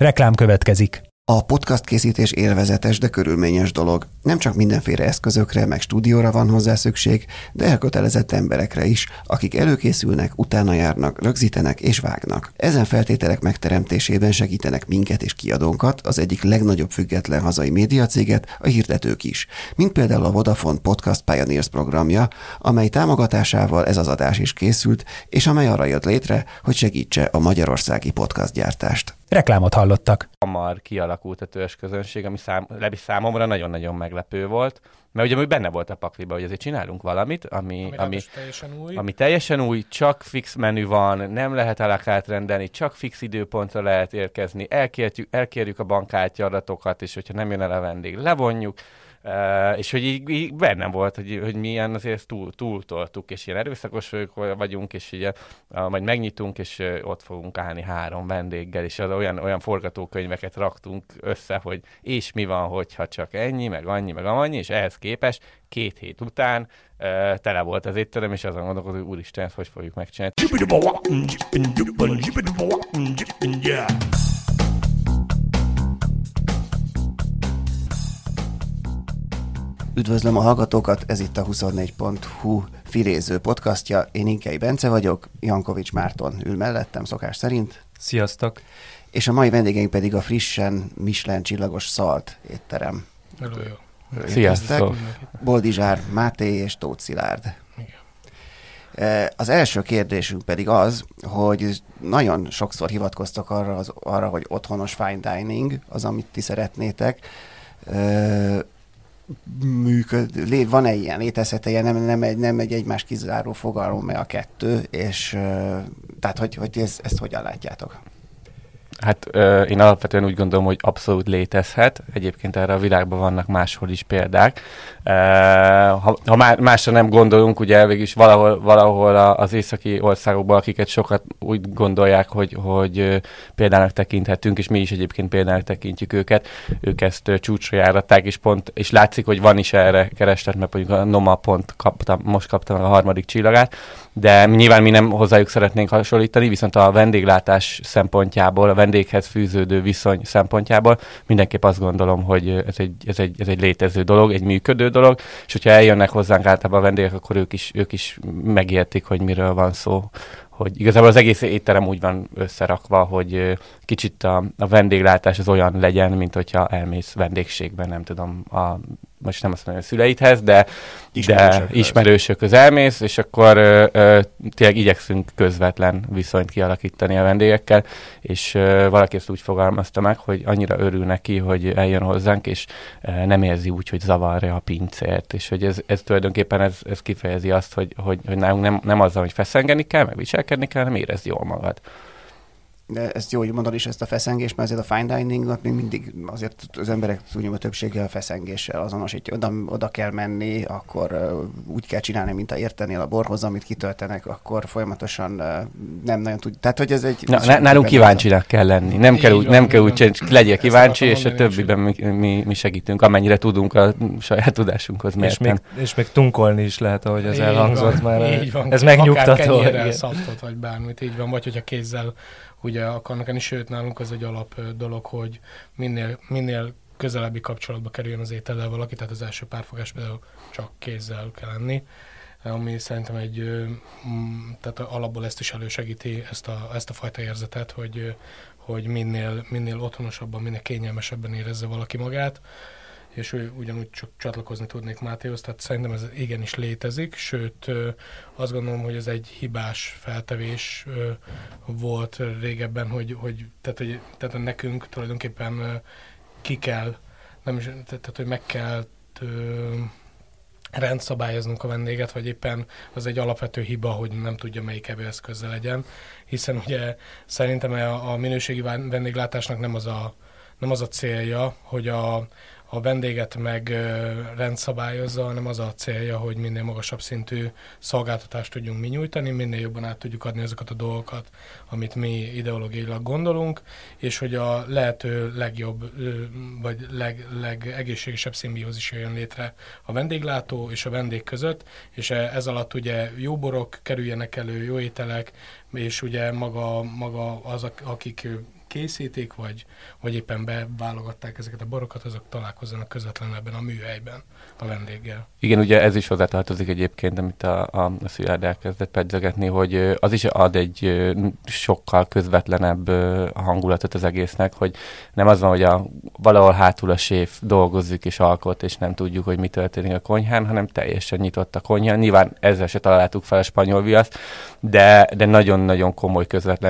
Reklám következik. A podcast készítés élvezetes, de körülményes dolog. Nem csak mindenféle eszközökre, meg stúdióra van hozzá szükség, de elkötelezett emberekre is, akik előkészülnek, utána járnak, rögzítenek és vágnak. Ezen feltételek megteremtésében segítenek minket és kiadónkat, az egyik legnagyobb független hazai médiacéget, a hirdetők is. Mint például a Vodafone Podcast Pioneers programja, amely támogatásával ez az adás is készült, és amely arra jött létre, hogy segítse a magyarországi podcastgyártást. Reklámot hallottak. Hamar kialakult a törzsközönség, ami számomra nagyon-nagyon meglepő volt, mert ugye benne volt a pakliba, hogy azért csinálunk valamit, ami teljesen új, csak fix menü van, nem lehet alakát rendelni, csak fix időpontra lehet érkezni, elkérjük a bankkártya adatokat, és hogyha nem jön el a vendég, levonjuk, és hogy így bennem volt, hogy mi ilyen azért túltoltuk, és ilyen erőszakos vagyunk, és így majd megnyitunk, és ott fogunk állni 3 vendéggel, és olyan forgatókönyveket raktunk össze, hogy és mi van, hogyha csak ennyi, meg annyi, meg amannyi, és ehhez képest 2 hét után tele volt az étterem, és azon gondolkodom, hogy úristen, ezt hogy fogjuk megcsinálni. Üdvözlöm a hallgatókat, ez itt a 24.hu filéző podcastja. Én Inkei Bence vagyok, Jankovics Márton ül mellettem szokás szerint. Sziasztok! És a mai vendégeink pedig a frissen Michelin csillagos Szalt étterem. Hello. Sziasztok! Boldizsár Máté és Tóth Szilárd. Az első kérdésünk pedig az, hogy nagyon sokszor hivatkoztak arra, hogy otthonos fine dining, az, amit ti szeretnétek. Van-e ilyen, létezhet-e ilyen, nem egy egymás kizáró fogalom, a kettő, és tehát, hogy ezt hogyan látjátok? Hát én alapvetően úgy gondolom, hogy abszolút létezhet. Egyébként erre a világban vannak máshol is példák. Ha másra nem gondolunk, ugye végül is valahol az északi országokban, akiket sokat úgy gondolják, hogy példának tekinthetünk, és mi is egyébként példának tekintjük őket. Ők ezt csúcsra járatták, és látszik, hogy van is erre kereslet, mert mondjuk a Noma pont most kapta meg a 3. csillagát, de nyilván mi nem hozzájuk szeretnénk hasonlítani, viszont a vendéglátás szempontjából, a vendéghez fűződő viszony szempontjából mindenképp azt gondolom, hogy ez egy létező dolog, egy működő dolog, és hogyha eljönnek hozzánk általában a vendégek, akkor ők is megértik, hogy miről van szó. Hogy igazából az egész étterem úgy van összerakva, hogy kicsit a vendéglátás az olyan legyen, mint hogyha elmész vendégségben, nem tudom, most nem azt mondom, a szüleidhez, de ismerősökhöz elmész, és akkor tényleg igyekszünk közvetlen viszonyt kialakítani a vendégekkel, és valaki ezt úgy fogalmazta meg, hogy annyira örül neki, hogy eljön hozzánk, és nem érzi úgy, hogy zavarja a pincért, és hogy ez tulajdonképpen ez kifejezi azt, hogy nálunk nem azzal, hogy feszengeni kell, meg viselkedni kell, hanem érezd jól magad. De ezt jó, hogy mondod is, ezt a feszengést, mert azért a fine diningot még mindig azért az emberek a többséggel a feszengéssel azonosítja. Oda kell menni, akkor úgy kell csinálni, mint ha értenél a borhoz, amit kitöltenek, akkor folyamatosan nem nagyon tud. Tehát, hogy ez egy... Nálunk kíváncsinak kell lenni. Nem kell úgy, legyél kíváncsi, és a többiben mi segítünk, amennyire tudunk a saját tudásunkhoz mérten. És még tunkolni is lehet, ahogy ez elhangzott már. Ez megnyugtató. megnyugtató. Akár kenyérrel, szaftot, vagy bármit, így van. Vagy hogyha kézzel ugye akarnak enni, sőt nálunk az egy alap dolog, hogy minél közelebbi kapcsolatba kerüljön az étellel valaki, tehát az első párfogás például csak kézzel kell enni, ami szerintem tehát alapból ezt is elősegíti, ezt a fajta érzetet, hogy minél otthonosabban, minél kényelmesebben érezze valaki magát, és ugyanúgy csak csatlakozni tudnék Mátéhoz, tehát szerintem ez igenis létezik, sőt azt gondolom, hogy ez egy hibás feltevés volt régebben, tehát nekünk tulajdonképpen hogy meg kell rendszabályoznunk a vendéget, vagy éppen az egy alapvető hiba, hogy nem tudja, melyik evőeszközzel legyen, hiszen ugye szerintem a minőségi vendéglátásnak nem az a célja, hogy a vendéget meg rendszabályozza, hanem az a célja, hogy minél magasabb szintű szolgáltatást tudjunk mi nyújtani, minél jobban át tudjuk adni azokat a dolgokat, amit mi ideológiailag gondolunk, és hogy a lehető legjobb, vagy legegészségesebb szimbiózis jöjjön létre a vendéglátó és a vendég között, és ez alatt ugye jó borok kerüljenek elő, jó ételek, és ugye maga az, akik készítik, vagy éppen beválogatták ezeket a borokat, azok találkozzanak közvetlenül ebben a műhelyben a vendéggel. Igen, ugye ez is hozzátartozik egyébként, amit a Szilárd elkezdett pedzegetni, hogy az is ad egy sokkal közvetlenebb hangulatot az egésznek, hogy nem az van, hogy valahol hátul a séf dolgozik és alkot, és nem tudjuk, hogy mi történik a konyhán, hanem teljesen nyitott a konyha. Nyilván ezzel se találtuk fel a spanyol viaszt, de nagyon-nagyon komoly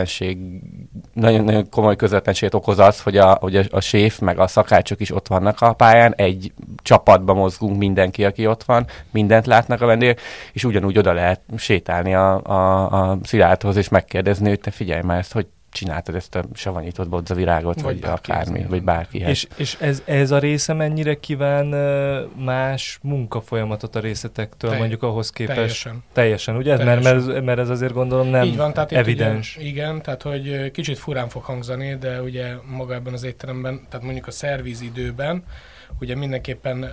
közvetlenséget okoz az, hogy a séf meg a szakácsok is ott vannak a pályán, egy csapatba mozgunk mindenki, aki ott van, mindent látnak a vendégek, és ugyanúgy oda lehet sétálni a Szilárdhoz, és megkérdezni, hogy te figyelj már ezt, hogy csináltad ezt a savanyított bodzavirágot, vagy akármi, vagy bárkihez. És ez a része mennyire kíván más munkafolyamatot a részletektől, mondjuk ahhoz képest? Teljesen, ugye? Teljesen. Mert ez azért gondolom nem így van, tehát evidens. Ugye, igen, tehát hogy kicsit furán fog hangzani, de ugye maga ebben az étteremben, tehát mondjuk a szervízidőben, ugye mindenképpen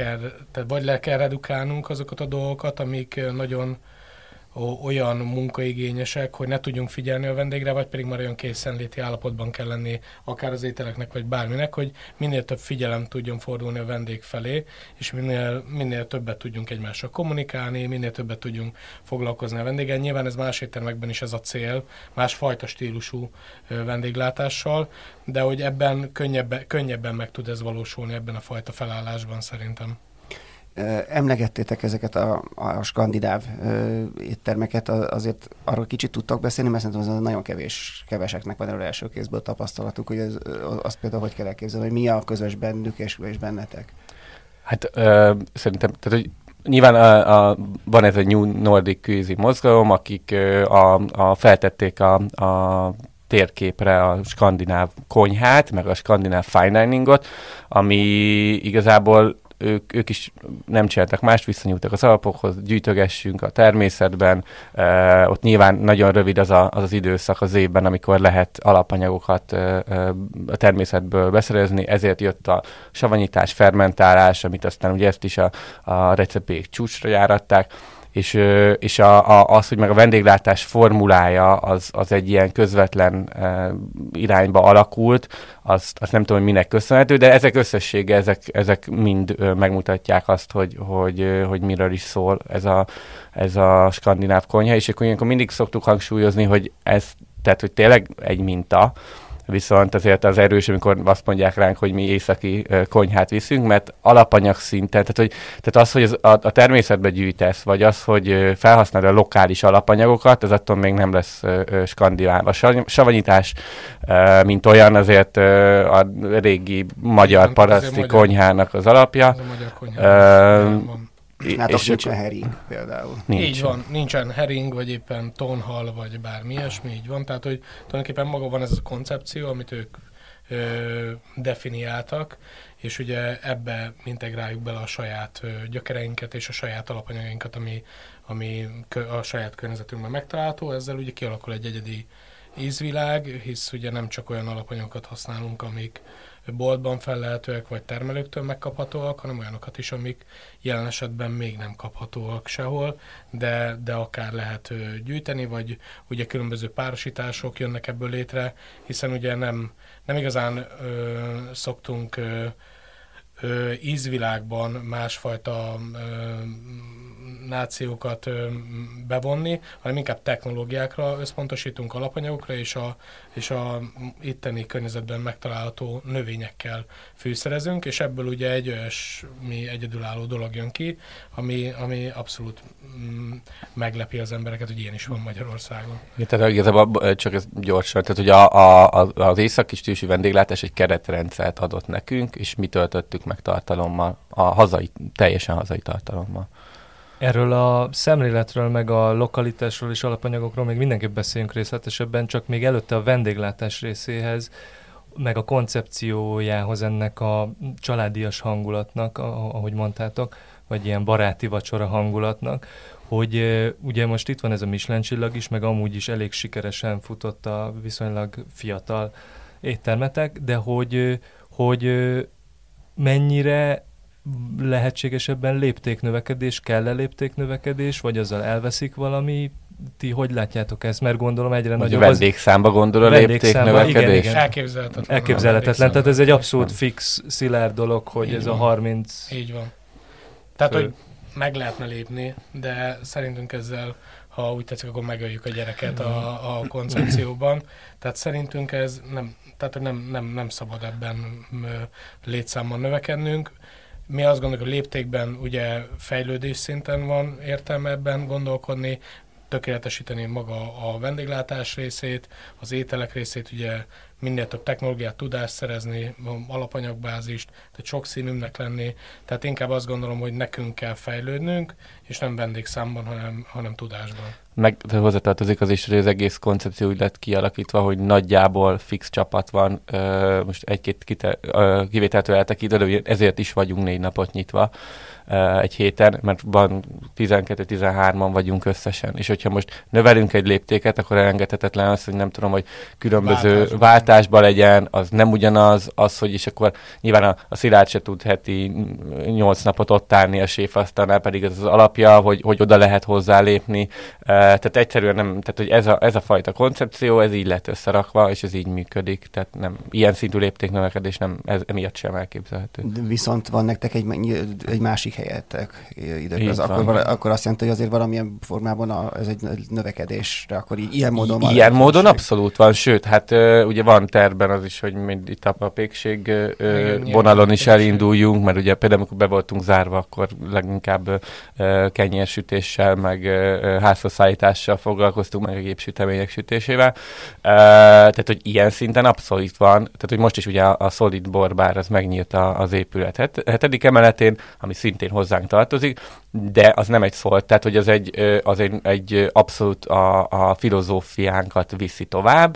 le kell redukálnunk azokat a dolgokat, amik nagyon olyan munkaigényesek, hogy ne tudjunk figyelni a vendégre, vagy pedig már olyan készenléti állapotban kell lenni akár az ételeknek, vagy bárminek, hogy minél több figyelem tudjon fordulni a vendég felé, és minél többet tudjunk egymással kommunikálni, minél többet tudjunk foglalkozni a vendéggel. Nyilván ez más éttermekben is ez a cél, másfajta stílusú vendéglátással, de hogy ebben könnyebben meg tud ez valósulni ebben a fajta felállásban szerintem. Emlegettétek ezeket a skandináv éttermeket, azért arról kicsit tudtak beszélni, mert szerintem az nagyon keveseknek van erről első kézből tapasztalatuk, hogy azt például hogy kell elképzelni, hogy mi a közös bennük és bennetek? Hát szerintem, tehát, hogy nyilván van ez a New Nordic Cuisine mozgalom, akik feltették a térképre a skandináv konyhát, meg a skandináv fine diningot, ami igazából ők is nem csináltak mást, visszanyúltak az alapokhoz, gyűjtögessünk a természetben. Ott nyilván nagyon rövid az időszak az évben, amikor lehet alapanyagokat a természetből beszerezni, ezért jött a savanyítás, fermentálás, amit aztán ugye ezt is a recepték csúcsra járatták. És az, hogy meg a vendéglátás formulája az egy ilyen közvetlen irányba alakult, azt nem tudom, hogy minek köszönhető, de ezek összessége, ezek mind megmutatják azt, hogy miről is szól ez a skandináv konyha, és akkor ilyenkor mindig szoktuk hangsúlyozni, hogy tehát, hogy tényleg egy minta, viszont azért az erős, amikor azt mondják ránk, hogy mi északi konyhát viszünk, mert alapanyag szinten, tehát az, hogy a természetbe gyűjtesz, vagy az, hogy felhasználod a lokális alapanyagokat, az attól még nem lesz skandináv. A savanyítás, mint olyan, azért a régi magyar paraszti konyhának az alapja. Az a magyar konyha. Hát nincsen hering például. Így van, nincsen hering, vagy éppen tonhal, vagy bármi ilyesmi, így van. Tehát, hogy tulajdonképpen maga van ez a koncepció, amit ők definiáltak, és ugye ebbe integráljuk bele a saját gyökereinket és a saját alapanyagainkat, ami a saját környezetünkben megtalálható. Ezzel ugye kialakul egy egyedi ízvilág, hisz ugye nem csak olyan alapanyagokat használunk, amik boltban fellehetőek, vagy termelőktől megkaphatóak, hanem olyanokat is, amik jelen esetben még nem kaphatóak sehol, de akár lehet gyűjteni, vagy ugye különböző párosítások jönnek ebből létre, hiszen ugye nem igazán szoktunk ízvilágban másfajta nációkat bevonni, hanem inkább technológiákra összpontosítunk, alapanyagokra, és a itteni környezetben megtalálható növényekkel fűszerezünk, és ebből ugye egy olyasmi egyedülálló dolog jön ki, ami abszolút meglepi az embereket, hogy ilyen is van Magyarországon. Ja, tehát igazából csak ez gyorsan, tehát ugye az északi stílusú vendéglátás egy keretrendszert adott nekünk, és mi töltöttük meg tartalommal, teljesen hazai tartalommal. Erről a szemléletről, meg a lokalitásról és alapanyagokról még mindenképp beszéljünk részletesebben, csak még előtte a vendéglátás részéhez, meg a koncepciójához ennek a családias hangulatnak, ahogy mondtátok, vagy ilyen baráti vacsora hangulatnak, hogy ugye most itt van ez a Michelin csillag is, meg amúgy is elég sikeresen futott a viszonylag fiatal éttermetek, de hogy mennyire lehetséges ebben léptéknövekedés, kell-e léptéknövekedés, vagy azzal elveszik valami ti hogy látjátok ezt? Mert gondolom egyre Vagy nagyobb vendégszámba gondol a léptéknövekedés? igen. Elképzelhetetlen. Tehát ez egy abszolút fix, szilárd dolog, hogy Így ez van. a 30... Így van. Tehát, hogy meg lehetne lépni, de szerintünk ezzel, ha úgy tetszik, akkor megöljük a gyereket a koncepcióban. Tehát szerintünk ez nem szabad ebben létszámmal növekednünk. Mi azt gondoljuk, hogy léptékben ugye fejlődés szinten van értelme ebben gondolkodni, tökéletesíteni maga a vendéglátás részét, az ételek részét, ugye minél több technológiát, tudást szerezni, alapanyagbázist, tehát sokszínűnek lenni. Tehát inkább azt gondolom, hogy nekünk kell fejlődnünk, és nem vendégszámban, hanem tudásban. Meg hozzátartozik az is, hogy az egész koncepció úgy lett kialakítva, hogy nagyjából fix csapat van, most egy-két kivételtől eltekintve, ezért is vagyunk 4 napot nyitva egy héten, mert van 12-13-an vagyunk összesen. És hogyha most növelünk egy léptéket, akkor elengedhetetlen az, hogy nem tudom, hogy különböző váltásban legyen, az nem ugyanaz, az, hogy és akkor nyilván a Szilárd se tud heti 8 napot ott állni a séfasztalnál, pedig ez az alapja, hogy oda lehet hozzálépni. Tehát egyszerűen nem, tehát hogy ez a fajta koncepció, ez így lett összerakva, és ez így működik. Tehát nem, ilyen szintű léptéknövekedés nem, ez emiatt sem elképzelhető. Viszont van nektek egy másik helyetek időközben. Akkor azt jelenti, hogy azért valamilyen formában ez egy növekedésre, akkor ilyen módon van. Ilyen módon abszolút van, sőt, hát ugye van tervben az is, hogy itt a pékség vonalon is elinduljunk, mert ugye például amikor be voltunk zárva, akkor leginkább kenyérsütéssel, meg házhozszállítással foglalkoztunk, meg a gépsütemények sütésével. Tehát, hogy ilyen szinten abszolút van. Tehát, hogy most is ugye a Solid Borbár az megnyílt az épület 7. emeletén, ami szintén hozzánk tartozik, de az nem egy szólt, tehát, hogy az egy abszolút a filozófiánkat viszi tovább.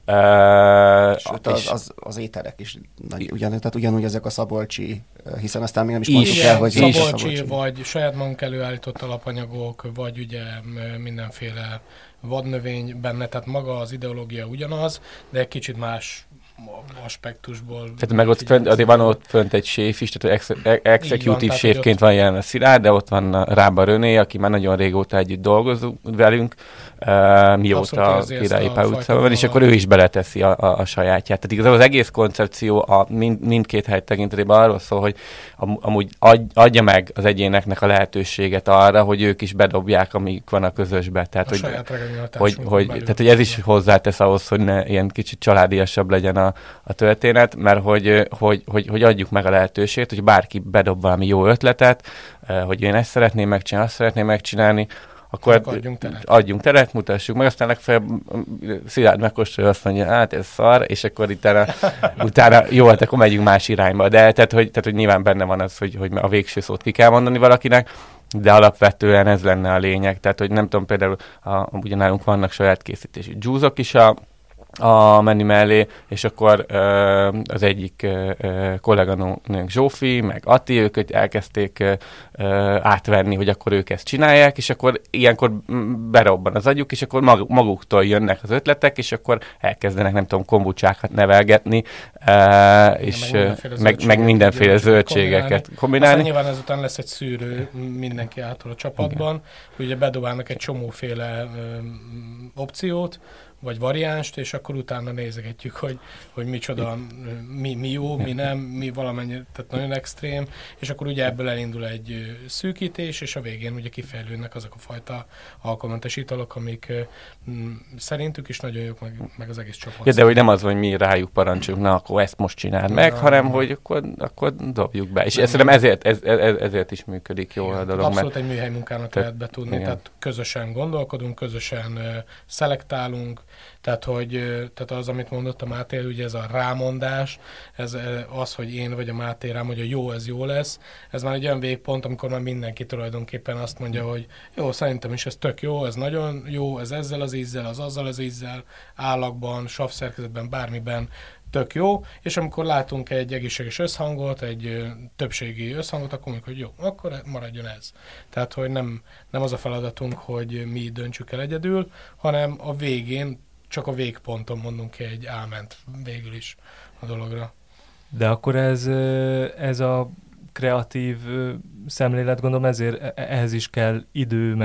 Sőt, az ételek is tehát ugyanúgy ezek a szabolcsi, hiszen aztán még nem is mondjuk el, hogy szabolcsi, vagy saját magunk előállított alapanyagok, vagy ugye mindenféle vadnövény benne, tehát maga az ideológia ugyanaz, de egy kicsit más aspektusból. Tehát meg ott azért van ott fönt egy séf is, tehát executive séfként van jelen a Szilárd, de ott van Rába René, aki már nagyon régóta együtt dolgozunk velünk, mióta Királyi Pál utcában van, és akkor ő is beleteszi a sajátját. Tehát igazából az egész koncepció mindkét hely tekintetében arról szól, hogy amúgy adja meg az egyéneknek a lehetőséget arra, hogy ők is bedobják, amik van a közösbe. Tehát, hogy ez is hozzátesz ahhoz, hogy ne ilyen kicsit családiasabb legyen a történet, mert hogy adjuk meg a lehetőséget, hogy bárki bedob valami jó ötletet, hogy én ezt szeretném megcsinálni, azt szeretném megcsinálni, akkor adjunk teret, mutassuk meg, aztán legfeljebb Szilárd megkóstolja, azt mondja, hát ez szar, és akkor utána jó, hát akkor megyünk más irányba. De tehát, hogy nyilván benne van az, hogy a végső szót ki kell mondani valakinek, de alapvetően ez lenne a lényeg. Tehát, hogy nem tudom, például ugye nálunk vannak saját készítési dzsúzok is a menü mellé, és akkor az egyik kolléganőnk Zsófi, meg Atti, ők elkezdték átvenni, hogy akkor ők ezt csinálják, és akkor ilyenkor berobban az agyuk, és akkor maguktól jönnek az ötletek, és akkor elkezdenek, nem tudom, kombucsákat nevelgetni, és meg mindenféle zöldségeket kombinálni. Aztán nyilván ezután lesz egy szűrő mindenki által a csapatban, hogy ugye bedobálnak egy csomóféle opciót, vagy variánst, és akkor utána nézegetjük, hogy micsoda, mi jó, mi nem, mi valamennyi, tehát nagyon extrém, és akkor ugye ebből elindul egy szűkítés, és a végén ugye kifejlődnek azok a fajta alkoholmentes italok, amik szerintük is nagyon jók, meg az egész csapat. Ja, de hogy nem az, hogy mi rájuk parancsoljuk, na akkor ezt most csináld meg, hanem hogy akkor dobjuk be. És szerintem ezért is működik jól a dolog. Abszolút egy műhely munkának lehet betudni, tehát közösen gondolkodunk, közösen szelektálunk, tehát az, amit mondott a Máté, ugye ez a rámondás, ez az, hogy én vagy a Máté rámondja, hogy jó, ez jó lesz, ez már egy olyan végpont, amikor már mindenki tulajdonképpen azt mondja, hogy jó, szerintem is ez tök jó, ez nagyon jó, ez ezzel az ízzel, az azzal az ízzel, állagban, savszerkezetben, bármiben tök jó, és amikor látunk egy egészséges összhangot, egy többségi összhangot, akkor mondjuk, hogy jó, akkor maradjon ez. Tehát, hogy nem az a feladatunk, hogy mi döntsük el egyedül, hanem a végén csak a végponton mondunk ki egy áment végül is a dologra. De akkor ez a kreatív szemlélet, gondolom, ezért ehhez is kell idő, meg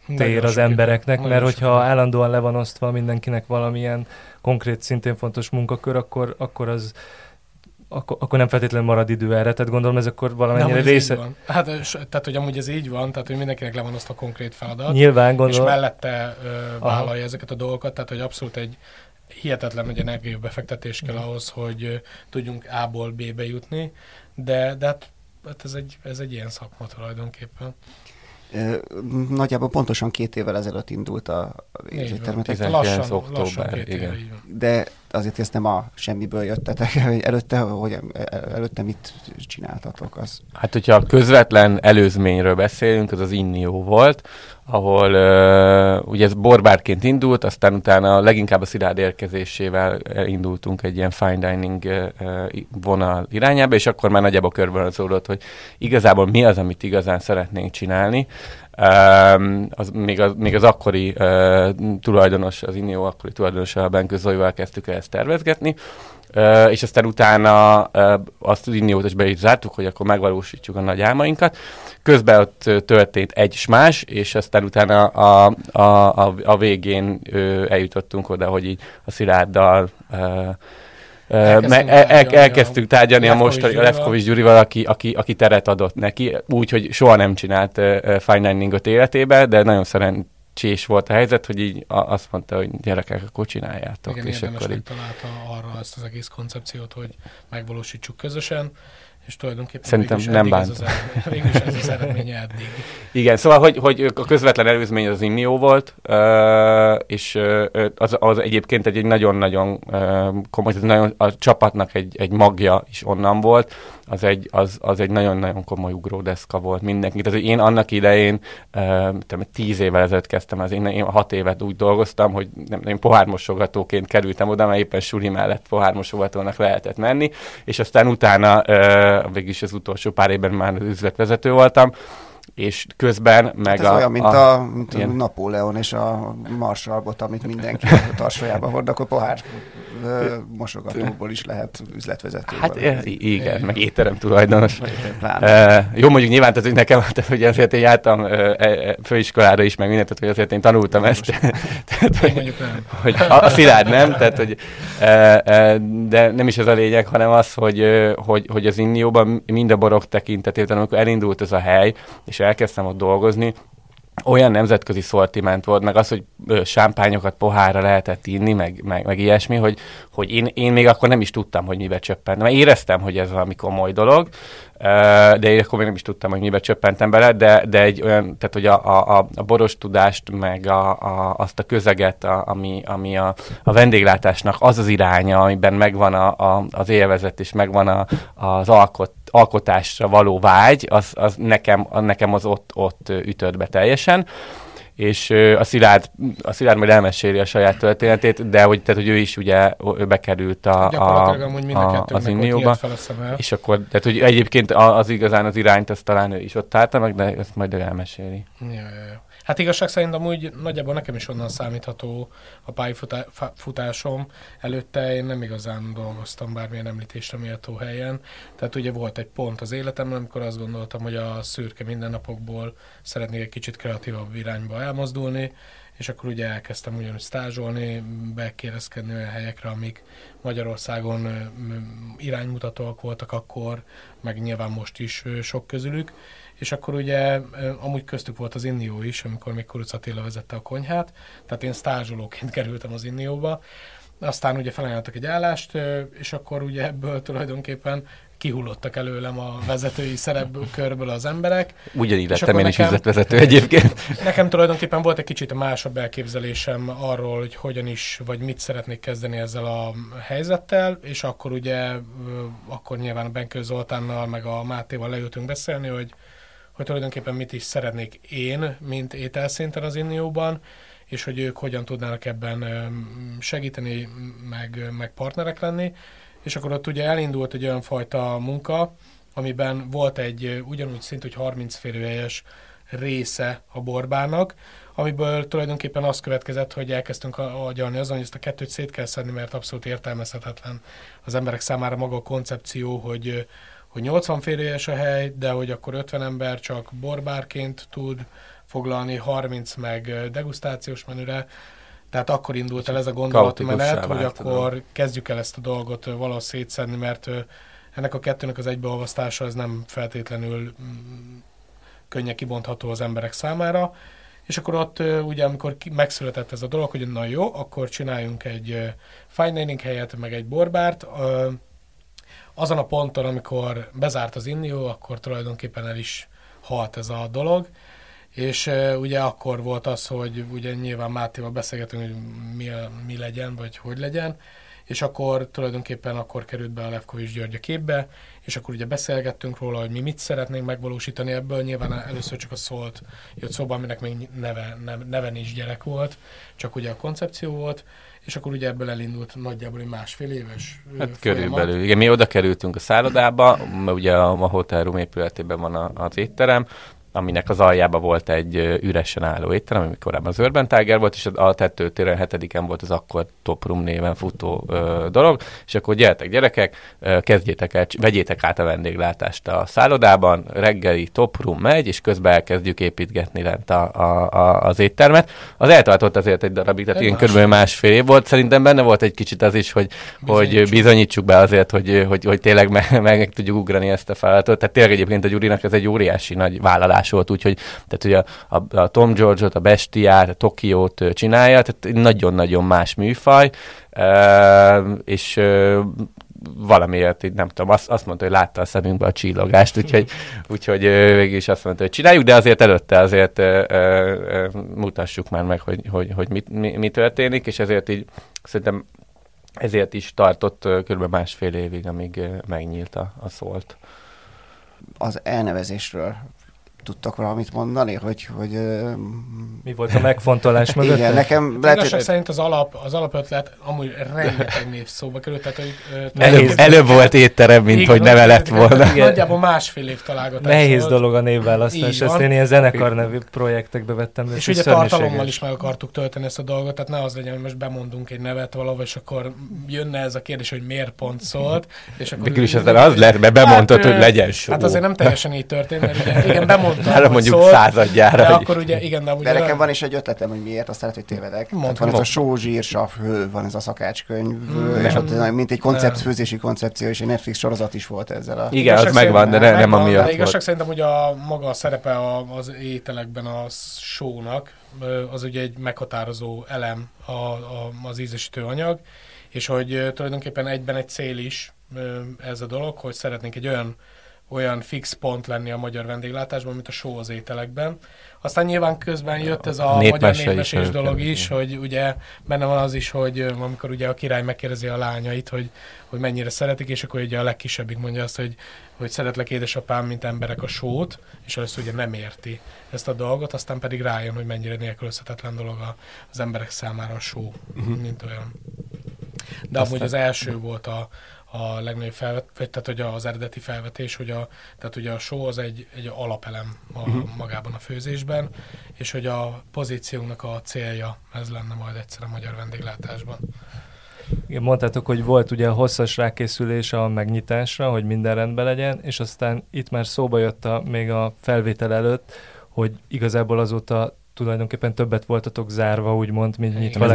tér az embereknek, mert hogyha állandóan le van osztva mindenkinek valamilyen konkrét, szintén fontos munkakör, akkor nem feltétlenül marad idő erre, tehát gondolom ez akkor valamennyire része. Hát, tehát, hogy amúgy ez így van, tehát, hogy mindenkinek le van azt a konkrét feladat. Nyilván gondolom. És mellette vállalja ezeket a dolgokat, tehát, hogy abszolút egy hihetetlen nagy energiabefektetés kell ahhoz, hogy tudjunk A-ból B-be jutni, de hát ez egy ilyen szakma tulajdonképpen. Nagyjából pontosan 2 évvel ezelőtt indult a éttermetek. 19. október, igen. De azért ezt nem a semmiből jöttetek. Előtte mit csináltatok? Hát, hogyha közvetlen előzményről beszélünk, az Innió volt, ahol ugye ez borbárként indult, aztán utána leginkább a Szilárd érkezésével indultunk egy ilyen fine dining vonal irányába, és akkor már nagyjából körvonalazódott, hogy igazából mi az, amit igazán szeretnénk csinálni. Még az akkori tulajdonos, az Innió akkori tulajdonosa, a Benkő Zoival kezdtük el ezt tervezgetni, és aztán utána azt az Inniót is be is zártuk, hogy akkor megvalósítsuk a nagy álmainkat. Közben ott történt egy és más, és aztán utána a végén eljutottunk oda, hogy így a Szilárddal elkezdtük tárgyalni a Lefkovics Gyurival, aki teret adott neki, úgyhogy soha nem csinált fine diningot életébe, de nagyon szerencsés volt a helyzet, hogy így azt mondta, hogy gyerekek, akkor csináljátok. Igen, és akkor így találta arra ezt az egész koncepciót, hogy megvalósítsuk közösen, és tulajdonképpen szerintem nem bánt. Végül is ez az eredménye eddig. Igen, szóval, hogy a közvetlen előzmény az Innió volt, és az egyébként egy nagyon-nagyon komoly, a csapatnak egy magja is onnan volt, az egy nagyon-nagyon komoly ugródeszka volt mindenki. Tehát én annak idején 10 évvel ezelőtt kezdtem, én 6 évet úgy dolgoztam, hogy én pohármosogatóként kerültem oda, mert éppen suli mellett pohármosogatónak lehetett menni, és aztán utána végülis az utolsó pár évben már üzletvezető voltam, és közben meg ez olyan, mint a Napóleon és a Marsalbot, amit mindenki a tarsajában hord, akkor pohár mosogatóból is lehet üzletvezető. Hát igen, meg étterem tulajdonos. Jó, mondjuk nyilván, tehát, hogy nekem, hogy azért én jártam főiskolára is, meg mindent, hogy azért én tanultam ezt. Tehát, hogy a Szilárd nem, tehát, hogy, de nem is ez a lényeg, hanem az, hogy az Innióban mind a borok tekintetében, amikor elindult ez a hely, és elkezdtem ott dolgozni, olyan nemzetközi szortiment volt, meg az, hogy sámpányokat pohárra lehetett inni, meg ilyesmi, hogy én még akkor nem is tudtam, hogy mibe csöppentem. Mert éreztem, hogy ez valami komoly dolog, de én akkor még nem is tudtam, hogy mibe csöppentem bele, de egy olyan, tehát hogy a boros tudást, meg azt a közeget, ami a vendéglátásnak az az iránya, amiben megvan az élvezet, és megvan az alkotásra való vágy, az nekem az ott ütött be teljesen. És a Szilárd majd elmeséli a saját történetét, de hogy ő is ugye bekerült az Innióba. És akkor, tehát hogy egyébként az igazán az irányt, azt talán ő is ott állta meg, de ezt majd ő elmeséli. Ja. Hát igazság szerint amúgy nagyjából nekem is onnan számítható a pályafutásom. Előtte én nem igazán dolgoztam bármilyen említésre méltó helyen. Tehát ugye volt egy pont az életemben, amikor azt gondoltam, hogy a szürke mindennapokból szeretnék egy kicsit kreatívabb irányba elmozdulni, és akkor ugye elkezdtem ugyanúgy stázsolni, bekérdezkedni olyan helyekre, amik Magyarországon iránymutatóak voltak akkor, meg nyilván most is sok közülük. És akkor ugye amúgy köztük volt az Innió is, amikor még Kuruc Attila vezette a konyhát, tehát én stázsolóként kerültem az Innióba. Aztán ugye felajánlottak egy állást, és akkor ugye ebből tulajdonképpen kihullottak előlem a vezetői szerepkörből az emberek. Ugyanígy lettem én is üzletvezető egyébként. Nekem tulajdonképpen volt egy kicsit másabb elképzelésem arról, hogy hogyan is, vagy mit szeretnék kezdeni ezzel a helyzettel, és akkor ugye, akkor nyilván a Benkő Zoltánnal, meg a Mátéval leültünk beszélni, hogy tulajdonképpen mit is szeretnék én, mint ételszinten az Innióban, és hogy ők hogyan tudnának ebben segíteni, meg partnerek lenni. És akkor ott ugye elindult egy olyan fajta munka, amiben volt egy ugyanúgy szintű 30 férőhelyes része a borbának, amiből tulajdonképpen az következett, hogy elkezdtünk agyalni azon, hogy ezt a kettőt szét kell szedni, mert abszolút értelmezhetetlen az emberek számára maga a koncepció, hogy 80 férőhelyes a hely, de hogy akkor 50 ember csak borbárként tud foglalni 30 meg degustációs menüre, tehát akkor indult el ez a gondolatmenet, hogy akkor kezdjük el ezt a dolgot valahogy szétszedni, mert ennek a kettőnek az egybeolvasztása az nem feltétlenül könnyen kibontható az emberek számára, és akkor ott ugye, amikor megszületett ez a dolog, hogy na jó, akkor csináljunk egy fine dining helyet, meg egy borbárt. Azon a ponton, amikor bezárt az Innió, akkor tulajdonképpen el is halt ez a dolog, és ugye akkor volt az, hogy ugye nyilván Mátéval beszélgetünk, hogy mi legyen, vagy hogy legyen, és akkor tulajdonképpen akkor került be a Lefkovics György a képbe, és akkor ugye beszélgettünk róla, hogy mi mit szeretnénk megvalósítani ebből. Nyilván először csak a Salt jött szóba, aminek még neve is gyerek volt, csak ugye a koncepció volt, és akkor ugye ebből elindult nagyjából egy másfél éves körülbelül. Igen, mi oda kerültünk a szállodába, mert ugye a Hotel Room épületében van az étterem, aminek az aljában volt egy üresen álló étterem, ami korábban az Urban Tiger volt, és a tetőtéren 7-en volt az akkor Top Room néven futó dolog, és akkor gyertek gyerekek, kezdjétek el, vegyétek át a vendéglátást a szállodában, reggeli Top Room megy, és közben elkezdjük építgetni lent az éttermet. Az eltartott azért egy darabig, tehát ilyen körülbelül másfél év volt, szerintem benne volt egy kicsit az is, hogy bizonyítsuk be azért, hogy tényleg meg tudjuk ugrani ezt a feladatot. Tehát tényleg egyébként a Gyurinak ez egy óriási nagy vállalás volt, úgyhogy tehát ugye a Tom George-ot, a Bestiát, a Tokiót csinálja, tehát nagyon-nagyon más műfaj, és valamiért így nem tudom, azt mondta, hogy látta a szemünkbe a csillogást, úgyhogy végül is azt mondta, hogy csináljuk, de azért előtte azért mutassuk már meg, hogy mi történik, és ezért így szerintem ezért is tartott kb. Másfél évig, amíg megnyílt a Salt. Az elnevezésről tudtak valamit mondani, hogy mi volt a megfontolás mögött? Igen, nekem igazság szerint az alapötlet amúgy rengeteg név szóba került, tehát, hogy előbb volt étterem, mint igen, hogy neve lett volna. Nagyjából másfél év találgatás. Nehéz volt. Dolog a névválasztás, ezt én ilyen zenekar nevű projektekbe vettem. És ugye tartalommal is meg akartuk tölteni ezt a dolgot, tehát ne az legyen, hogy most bemondunk egy nevet valahol, és akkor jönne ez a kérdés, hogy miért pont Szólt. Végül is az lett, mert bemondtad, hogy legyen show. Hát azért nem teljesen így történt, mert ugye igen, bemondtam, mondjuk századjára. De akkor ugye igen, de nekem van is egy ötletem, hogy miért, azt lehet, hogy tévedek. Van ez a sózsír, savhő, van ez a szakácskönyv, és ott mint egy főzési koncepció, és egy Netflix sorozat is volt ezzel a... Igen, az megvan, de nem amiatt volt. Igazság szerintem, hogy maga a szerepe az ételekben a sónak, az ugye egy meghatározó elem az ízesítő anyag, és hogy tulajdonképpen egyben egy cél is ez a dolog, hogy szeretnénk egy olyan fix pont lenni a magyar vendéglátásban, mint a só az ételekben. Aztán nyilván közben jött ez a magyar népmesés dolog is, hogy ugye benne van az is, hogy amikor ugye a király megkérdezi a lányait, hogy mennyire szeretik, és akkor ugye a legkisebbik mondja azt, hogy szeretlek édesapám, mint emberek a sót, és először ugye nem érti ezt a dolgot, aztán pedig rájön, hogy mennyire nélkülözhetetlen dolog az emberek számára a só, mint olyan. De amúgy az első volt a legnagyobb felvetés, tehát hogy az eredeti felvetés, tehát ugye a só az egy alapelem magában a főzésben, és hogy a pozíciónknak a célja ez lenne majd egyszer a magyar vendéglátásban. Igen, mondtátok, hogy volt ugye hosszas rákészülés a megnyitásra, hogy minden rendben legyen, és aztán itt már szóba jött még a felvétel előtt, hogy igazából azóta tulajdonképpen többet voltatok zárva, úgymond, mint nyitva.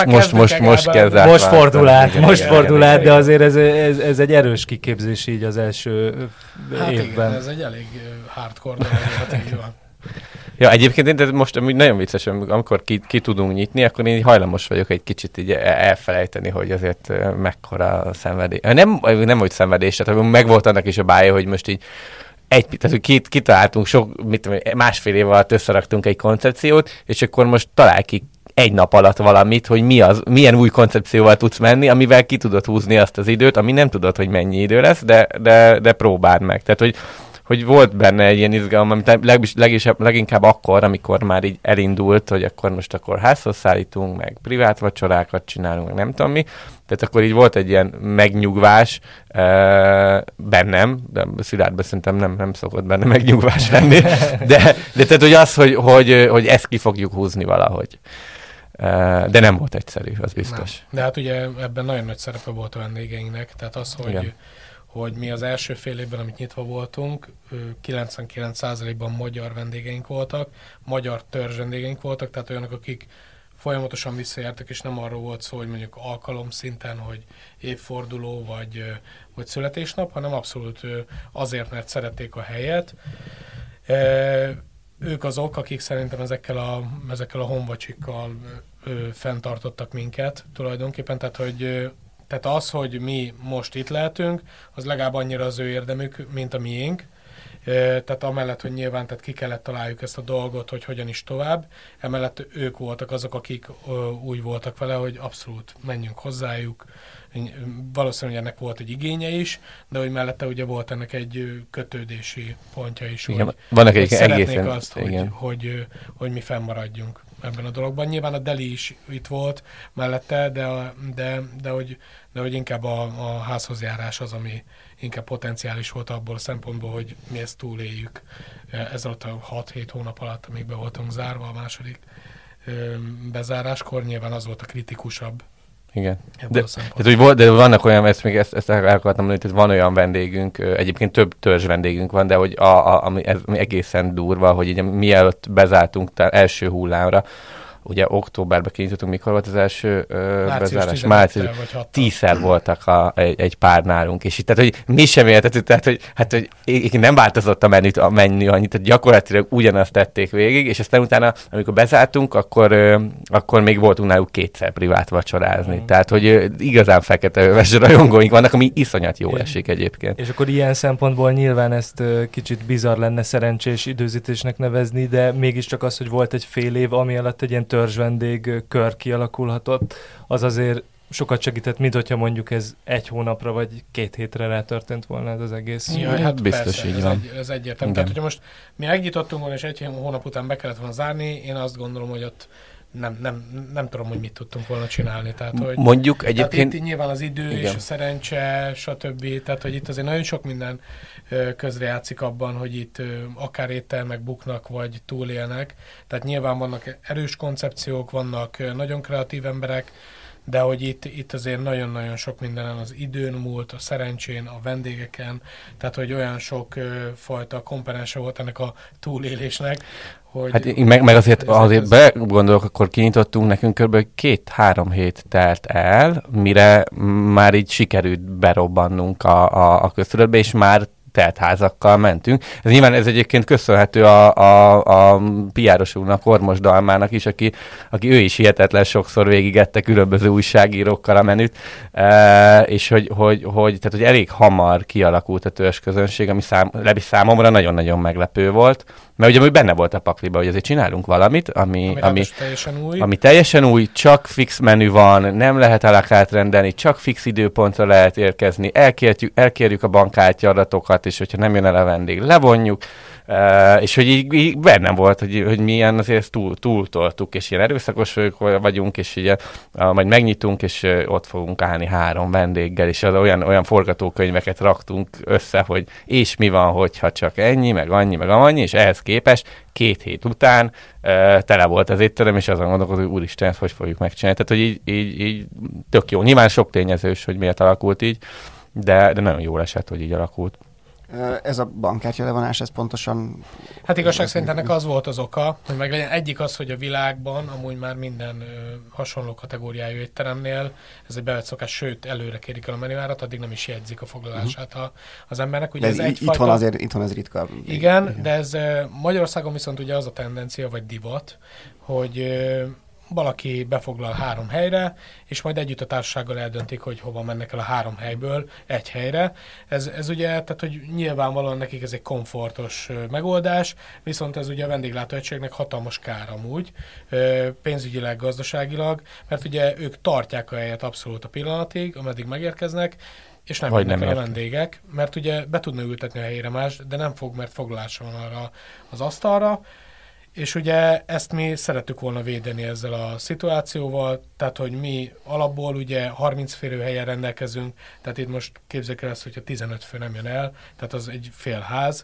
Most kell zárva. Most fordul át, de azért ez egy erős kiképzés így az első évben. Igen, ez egy elég hardcore dolog, így van. Ja, egyébként én most nagyon vicces, amikor ki tudunk nyitni, akkor én hajlamos vagyok egy kicsit így elfelejteni, hogy azért mekkora a szenvedés. Nem hogy szenvedés, tehát megvolt annak is a bája, hogy most így tehát kitaláltunk másfél év alatt összeraktunk egy koncepciót, és akkor most talál ki egy nap alatt valamit, hogy milyen új koncepcióval tudsz menni, amivel ki tudod húzni azt az időt, ami nem tudod, hogy mennyi idő lesz, de próbáld meg. Tehát, hogy volt benne egy ilyen izgalom, amit leginkább akkor, amikor már így elindult, hogy akkor házhoz szállítunk, meg privát vacsorákat csinálunk, meg nem tudom mi. Tehát akkor így volt egy ilyen megnyugvás bennem, de Szilárdban szerintem nem szokott benne megnyugvás lenni, de tehát, hogy az, hogy ezt ki fogjuk húzni valahogy. De nem volt egyszerű, az biztos. Nem. De hát ugye ebben nagyon nagy szerepe volt a vendégeinknek, tehát az, hogy mi az első fél évben, amit nyitva voltunk, 99%-ban magyar vendégeink voltak, magyar törzs vendégeink voltak, tehát olyanok, akik folyamatosan visszajártak, és nem arról volt szó, hogy mondjuk alkalom szinten, hogy évforduló vagy születésnap, hanem abszolút azért, mert szerették a helyet. Ők azok, akik szerintem ezekkel a honvacsikkal fenntartottak minket tulajdonképpen, tehát az, hogy mi most itt lehetünk, az legalább annyira az ő érdemük, mint a miénk. Tehát amellett, hogy nyilván tehát ki kellett találjuk ezt a dolgot, hogy hogyan is tovább, emellett ők voltak azok, akik úgy voltak vele, hogy abszolút menjünk hozzájuk. Valószínűleg ennek volt egy igénye is, de hogy mellette ugye volt ennek egy kötődési pontja is, igen, hogy szeretnék egészen, azt, hogy mi fennmaradjunk ebben a dologban. Nyilván a Deli is itt volt mellette, de hogy inkább a házhoz járás az, ami inkább potenciális volt abból a szempontból, hogy mi ezt túléljük ez alatt a 6-7 hónap alatt, amíg be voltunk zárva a második bezáráskor. Nyilván az volt a kritikusabb. Igen. De vannak olyan, ezt el akartam mondani, hogy van olyan vendégünk, egyébként több törzs vendégünk van, de hogy ami egészen durva, hogy így mielőtt bezártunk első hullámra, ugye októberben kinyitottunk, mikor volt az első bezárás? Március 10-szer voltak egy pár nálunk, és itt, tehát, hogy mi sem értettük, tehát, hogy nem változott a menü annyit, tehát gyakorlatilag ugyanazt tették végig, és aztán utána, amikor bezártunk, akkor még voltunk náluk 2-szer privát vacsorázni. Tehát, hogy igazán fekete-öves rajongóink vannak, ami iszonyat jól esik egyébként. És akkor ilyen szempontból nyilván ezt kicsit bizarr lenne szerencsés időzítésnek nevezni, de mégiscsak az, hogy volt egy fél év, ami alatt egy ilyen törzsvendég kör kialakulhatott, az azért sokat segített, mint hogyha mondjuk ez 1 hónapra vagy 2 hétre rá történt volna ez az egész. Ja, hát biztos persze, így van. Ez egyértelmű. Tehát, hogyha most mi megnyitottunk volna, és 1 hónap után be kellett volna zárni, én azt gondolom, hogy ott nem tudom, hogy mit tudtunk volna csinálni. Tehát, hogy, mondjuk egyébként... Tehát itt nyilván az idő és a szerencse, stb. Tehát, hogy itt azért nagyon sok minden közrejátszik abban, hogy itt akár éttermek buknak, vagy túlélnek. Tehát nyilván vannak erős koncepciók, vannak nagyon kreatív emberek, de hogy itt azért nagyon-nagyon sok mindenen az időn múlt, a szerencsén, a vendégeken, tehát hogy olyan sok fajta komponense volt ennek a túlélésnek, hogy... Hát meg azért begondolok, akkor kinyitottunk, nekünk kb. 2-3 hét telt el, mire már így sikerült berobbannunk a köztudatba, és már teltházakkal mentünk. Ez egyébként köszönhető a PR-os úrnak, Ormos Dalmának is, aki ő is hihetetlen sokszor végigette különböző újságírókkal a menüt, és hogy elég hamar kialakult a törzsközönség, ami számomra nagyon-nagyon meglepő volt. Mert ugye benne volt a pakliba, hogy azért csinálunk valamit, ami teljesen új, csak fix menü van, nem lehet à la carte rendelni, csak fix időpontra lehet érkezni, elkérjük a bankkártya adatokat, és hogyha nem jön el a vendég, levonjuk, és hogy így bennem volt, hogy mi ilyen azért túltoltuk, és ilyen erőszakos vagyunk, és így majd megnyitunk, és ott fogunk állni 3 vendéggel, és olyan forgatókönyveket raktunk össze, hogy és mi van, hogyha csak ennyi, meg annyi, meg amannyi, és ehhez képest 2 hét után tele volt az étterem, és azon gondolkodom, hogy úristen, ezt hogy fogjuk megcsinálni. Tehát, hogy így tök jó. Nyilván sok tényezős, hogy miért alakult így, de nagyon jól esett, hogy így alakult. Ez a bankkártya levonás, ez pontosan... Hát igazság szerint ennek az volt az oka, hogy meglegyen egyik az, hogy a világban amúgy már minden hasonló kategóriájú étteremnél ez egy bevett szokás, sőt előre kérik el a menüárat, addig nem is jegyzik a foglalását az embernek. Ugye de itthon ez ritka. Igen, de ez Magyarországon viszont ugye az a tendencia, vagy divat, hogy valaki befoglal 3 helyre, és majd együtt a társasággal eldöntik, hogy hova mennek el a 3 helyből egy helyre. Ez ugye, tehát hogy nyilvánvalóan nekik ez egy komfortos megoldás, viszont ez ugye a vendéglátóegységnek hatalmas kár amúgy, pénzügyileg, gazdaságilag, mert ugye ők tartják a helyet abszolút a pillanatig, ameddig megérkeznek, és nem jönnek el a vendégek, mert ugye be tudna ültetni a helyére más, de nem fog, mert foglalása van arra az asztalra. És ugye ezt mi szerettük volna védeni ezzel a szituációval, tehát hogy mi alapból ugye 30 férőhelyen rendelkezünk, tehát itt most képzeljük el ezt, hogyha 15 fő nem jön el, tehát az egy fél ház,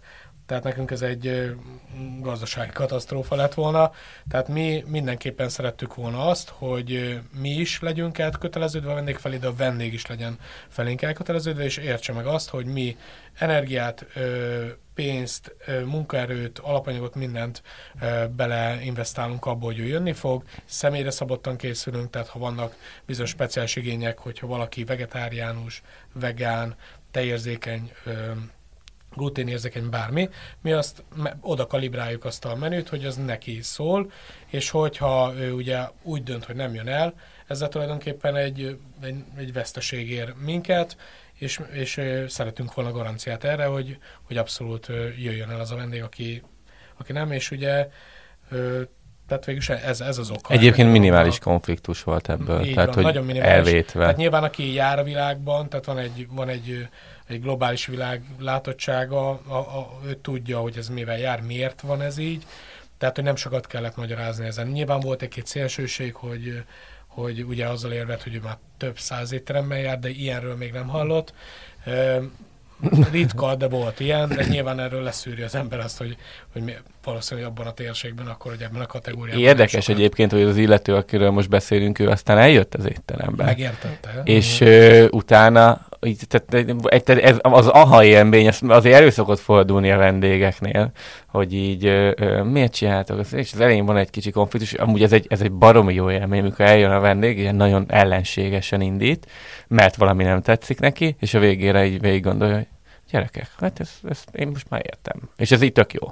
tehát nekünk ez egy gazdasági katasztrófa lett volna. Tehát mi mindenképpen szerettük volna azt, hogy mi is legyünk elköteleződve a vendég felé, de a vendég is legyen felénk elköteleződve, és értse meg azt, hogy mi energiát, pénzt, munkaerőt, alapanyagot, mindent beleinvestálunk abba, hogy ő jönni fog. Személyre szabottan készülünk, tehát ha vannak bizonyos speciális igények, hogyha valaki vegetáriánus, vegán, tejérzékeny, gluténérzékeny, bármi, mi azt oda kalibráljuk azt a menüt, hogy az neki szól, és hogyha ő ugye úgy dönt, hogy nem jön el, ezzel tulajdonképpen egy veszteség ér minket, és szeretünk volna garanciát erre, hogy abszolút jöjjön el az a vendég, aki nem, és ugye tehát végülis ez az oka. Egyébként minimális konfliktus volt ebből, tehát van, hogy elvétve. Tehát nyilván aki jár a világban, tehát van egy globális világ látottsága, ő tudja, hogy ez mivel jár, miért van ez így, tehát hogy nem sokat kellett magyarázni ezen. Nyilván volt egy-két szélsőség, hogy ugye azzal érvett, hogy ő már több 100 étteremben jár, de ilyenről még nem hallott. Ritka, de volt ilyen, de nyilván erről leszűri az ember azt, hogy valószínűleg abban a térségben, akkor hogy ebben a kategóriában. Érdekes egyébként, hogy az illető, akiről most beszélünk, ő aztán eljött az étterembe. Megértette. És utána, tehát ez az aha élmény, azért elő szokott fordulni a vendégeknél, hogy így miért csináltok? És az elején van egy kicsi konfliktus, amúgy ez egy baromi jó élmény, amikor eljön a vendég, ilyen nagyon ellenségesen indít, mert valami nem tetszik neki, és a végére így végig gondolja, hogy gyerekek, hát ezt én most már értem. És ez így tök jó.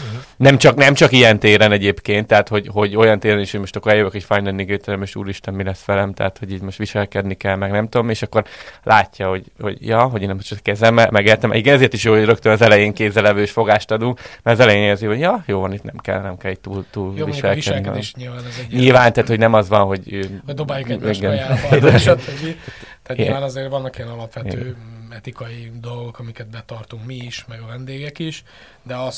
Nem csak ilyen téren egyébként, tehát hogy olyan téren is, hogy most akkor eljövök egy fine dining étterem, és úristen, mi lesz velem, tehát hogy így most viselkedni kell, meg nem tudom, és akkor látja, hogy én nem csak kezem, megértem. Igen, ezért is jó, hogy rögtön az elején kézzelevős fogást adunk, mert az elején érzi, hogy jó van, itt nem kell így túl jó, viselkedni. A viselkedés nyilván, tehát hogy nem az van, hogy dobáljuk egymást kajába, stb. Tehát nyilván azért vannak ilyen alapvető etikai dolgok, amiket betartunk mi is, meg a vendégek is, de az,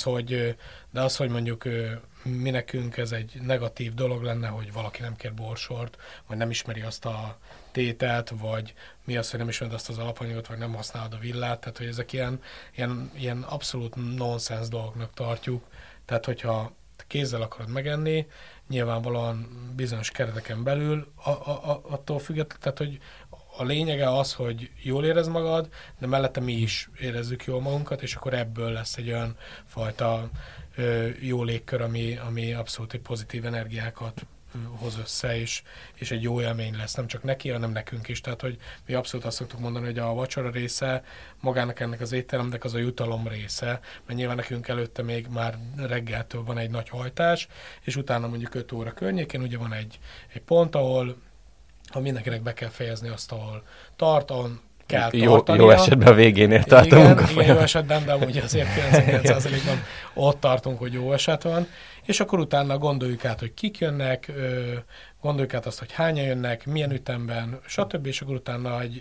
hogy mondjuk mi nekünk ez egy negatív dolog lenne, hogy valaki nem kér borsort, vagy nem ismeri azt a tételt, vagy mi az, hogy nem ismered azt az alapanyagot, vagy nem használod a villát, tehát hogy ezek ilyen abszolút nonsens dolgoknak tartjuk, tehát hogyha kézzel akarod megenni, nyilvánvalóan bizonyos kereteken belül attól függetlenül, tehát hogy a lényege az, hogy jól érez magad, de mellette mi is érezzük jól magunkat, és akkor ebből lesz egy olyan fajta jó légkör, ami abszolút egy pozitív energiákat hoz össze, és egy jó élmény lesz, nem csak neki, hanem nekünk is. Tehát, hogy mi abszolút azt szoktuk mondani, hogy a vacsora része magának ennek az étteremnek az a jutalom része, mert nyilván nekünk előtte még már reggeltől van egy nagy hajtás, és utána mondjuk 5 óra környékén ugye van egy pont, ahol mindenkinek be kell fejezni azt, ahol tart, ahol kell tartania. Jó esetben a végénél tart a munkafolyamat. Igen, jó esetben, de amúgy azért 99%-ban ott tartunk, hogy jó eset van. És akkor utána gondoljuk át, hogy kik jönnek, gondoljuk át azt, hogy hányan jönnek, milyen ütemben, stb. És akkor utána egy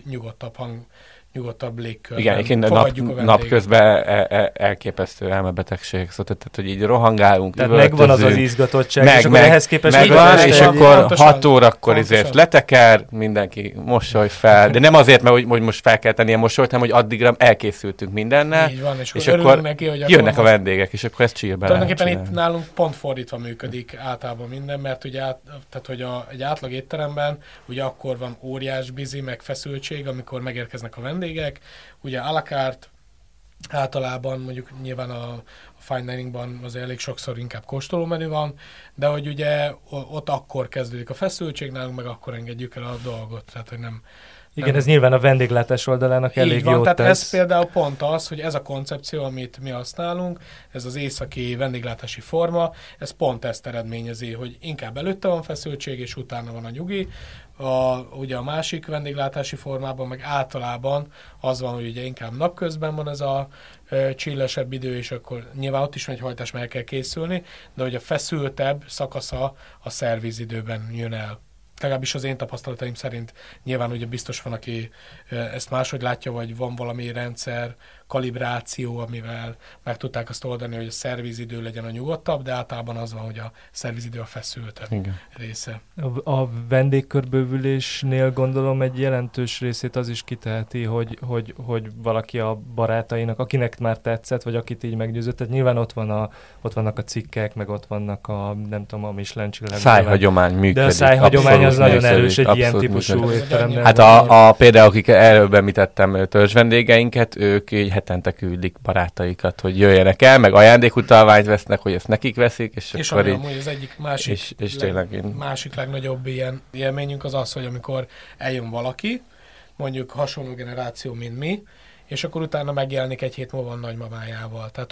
nyugodtabb légkörben. Igen, egyébként napközben elképesztő elmebetegség, szóval tehát, hogy így rohangálunk, tehát megvan az izgatottság, és akkor ehhez képest megvan, és akkor 6 órakor ezért leteker, mindenki mosoly fel, de nem azért, mert hogy most fel kell tenni a mosolyt, hanem hogy addigra elkészültünk mindennel, így van, és akkor neki, hogy jönnek a vendégek, és akkor ezt chillben tulajdonképpen itt nálunk pont fordítva működik általában minden, mert ugye tehát, hogy egy átlag étteremben ugye akkor van óriás bizi, meg feszültség, amikor megérkeznek a vendégek, ugye à la carte általában mondjuk nyilván a fine diningban azért elég sokszor inkább kóstoló menü van, de hogy ugye ott akkor kezdődik a feszültség, nálunk meg akkor engedjük el a dolgot, tehát hogy nem. Igen, ez nyilván a vendéglátás oldalának elég van, jót tehát tesz. ez például pont az, hogy ez a koncepció, amit mi használunk, ez az északi vendéglátási forma, ez pont ezt eredményezi, hogy inkább előtte van feszültség, és utána van a nyugi. Ugye a másik vendéglátási formában meg általában az van, hogy ugye inkább napközben van ez a chillesebb idő, és akkor nyilván ott is van egy hajtás, mert el kell készülni, de hogy a feszültebb szakasza a szervizidőben jön el. Legalábbis az én tapasztalataim szerint nyilván ugye biztos van, aki ezt máshogy látja, vagy van valami rendszer, kalibráció, amivel meg tudták azt oldani, hogy a szervizidő legyen a nyugodtabb, de általában az van, hogy a szervizidő a feszültebb része. A vendégkörbővülésnél gondolom egy jelentős részét az is kiteheti, hogy valaki a barátainak, akinek már tetszett, vagy akit így meggyőzött, tehát nyilván ott vannak a cikkek, meg ott vannak nem tudom, a Michelin csillag. Szájhagyomány működik. De a szájhagyomány az nagyon erős egy ilyen típusú étteremben. Hát például, akik előbb említettem törzs vendégeinket, ők így hetente küldik barátaikat, hogy jöjjenek el, meg ajándékutalványt vesznek, hogy ezt nekik veszik, és akkor így... az egyik másik legnagyobb ilyen élményünk az, hogy amikor eljön valaki, mondjuk hasonló generáció, mint mi, és akkor utána megjelenik egy hét múlva a nagymamájával. Tehát,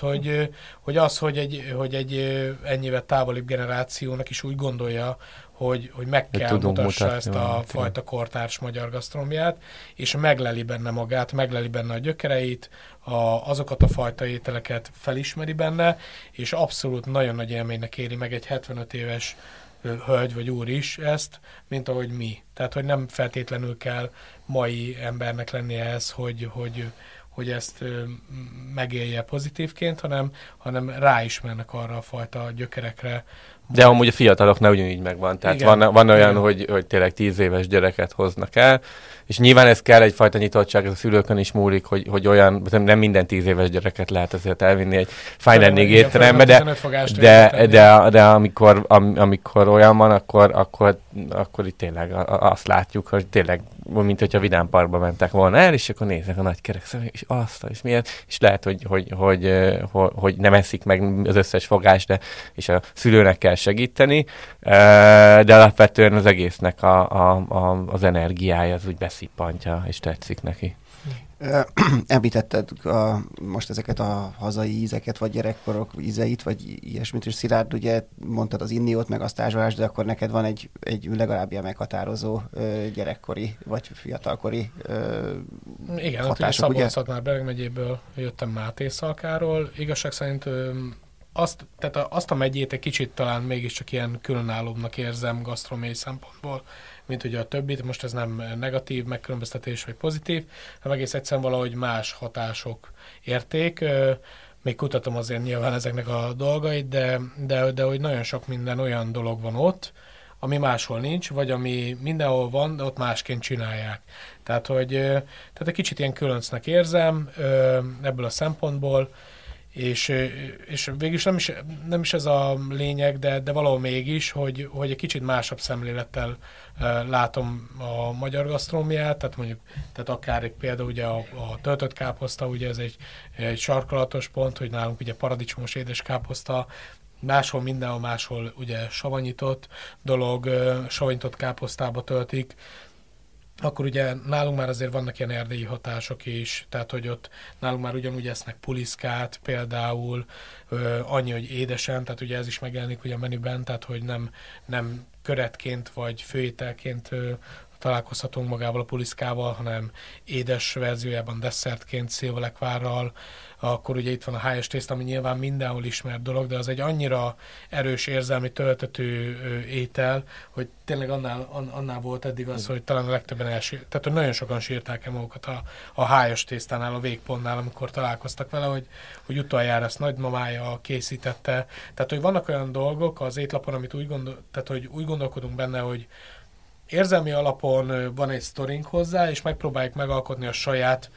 hogy egy ennyivel távolibb generációnak is úgy gondolja, hogy meg kell mutassa ezt a fajta kortárs magyar gasztronómiát, és megleli benne magát, megleli benne a gyökereit, azokat a fajta ételeket felismeri benne, és abszolút nagyon nagy élménynek éri meg egy 75 éves hölgy vagy úr is ezt, mint ahogy mi. Tehát, hogy nem feltétlenül kell mai embernek lennie ez, hogy ezt megélje pozitívként, hanem ráismernek arra a fajta gyökerekre. De amúgy a fiataloknál ugyanígy megvan. Tehát van olyan, hogy tényleg 10 éves gyereket hoznak el, és nyilván ez kell egyfajta nyitottság, ez a szülőkön is múlik, hogy olyan, nem minden 10 éves gyereket lehet azért elvinni egy fine dining étterembe, de amikor olyan van, akkor itt tényleg azt látjuk, hogy tényleg, mint hogyha Vidám Parkba mentek volna el, és akkor néznek a nagy kerek szemek, és és milyen, és lehet, hogy nem eszik meg az összes fogást, és a szülőnek kell segíteni, de alapvetően az egésznek az energiája az úgy beszippantja, és tetszik neki. Említetted most ezeket a hazai ízeket, vagy gyerekkorok ízeit, vagy ilyesmit, és Szilárd, ugye mondtad az inniót, meg a stázsolást, de akkor neked van egy legalább ilyen meghatározó gyerekkori, vagy fiatalkori igen, hatások, ugye? Szabolcs-Szatmár-Bereg megyéből jöttem Mátészalkáról. Igazság szerint azt a megyét egy kicsit talán mégiscsak ilyen különállóbbnak érzem gasztronómiai szempontból, mint ugye a többit. Most ez nem negatív megkülönböztetés vagy pozitív, hanem egész egyszerűen valahogy más hatások érték. Még kutatom azért nyilván ezeknek a dolgait, de hogy nagyon sok minden olyan dolog van ott, ami máshol nincs, vagy ami mindenhol van, de ott másként csinálják. Tehát egy kicsit ilyen különcnek érzem ebből a szempontból, és végülis nem is ez a lényeg, de valahol mégis, hogy egy kicsit másabb szemlélettel látom a magyar gasztronómiát, tehát akár például ugye a töltött káposzta, ugye ez egy sarkalatos pont, hogy nálunk ugye paradicsomos édeskáposzta, máshol mindenhol máshol ugye savanyított dolog, savanyított káposztába töltik, akkor ugye nálunk már azért vannak ilyen erdélyi hatások is, tehát hogy ott nálunk már ugyanúgy esznek puliszkát például, annyi, hogy édesen, tehát ugye ez is megjelenik ugye a menüben, tehát hogy nem köretként vagy főételként találkozhatunk magával a puliszkával, hanem édes verziójában desszertként szilvalekvárral. Akkor ugye itt van a HS tészta, ami nyilván mindenhol ismert dolog, de az egy annyira erős érzelmi töltető étel, hogy tényleg annál volt eddig az, hogy talán a legtöbben tehát hogy nagyon sokan sírták el magukat a HS tésztánál, a végpontnál, amikor találkoztak vele, hogy utoljára ezt nagymamája készítette. Tehát, hogy vannak olyan dolgok az étlapon, amit úgy gondolkodunk benne, hogy érzelmi alapon van egy sztorink hozzá, és megpróbáljuk megalkotni a saját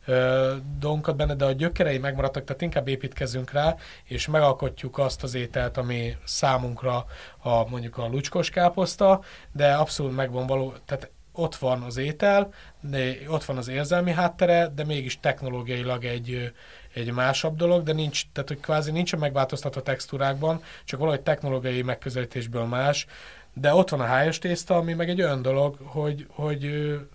dolgokat benne, de a gyökerei megmaradtak, tehát inkább építkezünk rá, és megalkotjuk azt az ételt, ami számunkra mondjuk a lucskos káposzta, de abszolút megvan tehát ott van az étel, de ott van az érzelmi háttere, de mégis technológiailag egy másabb dolog, de tehát hogy kvázi nincsen megváltoztatva textúrákban, csak valahogy technológiai megközelítésből más, de ott van a HS tészta, ami meg egy olyan dolog, hogy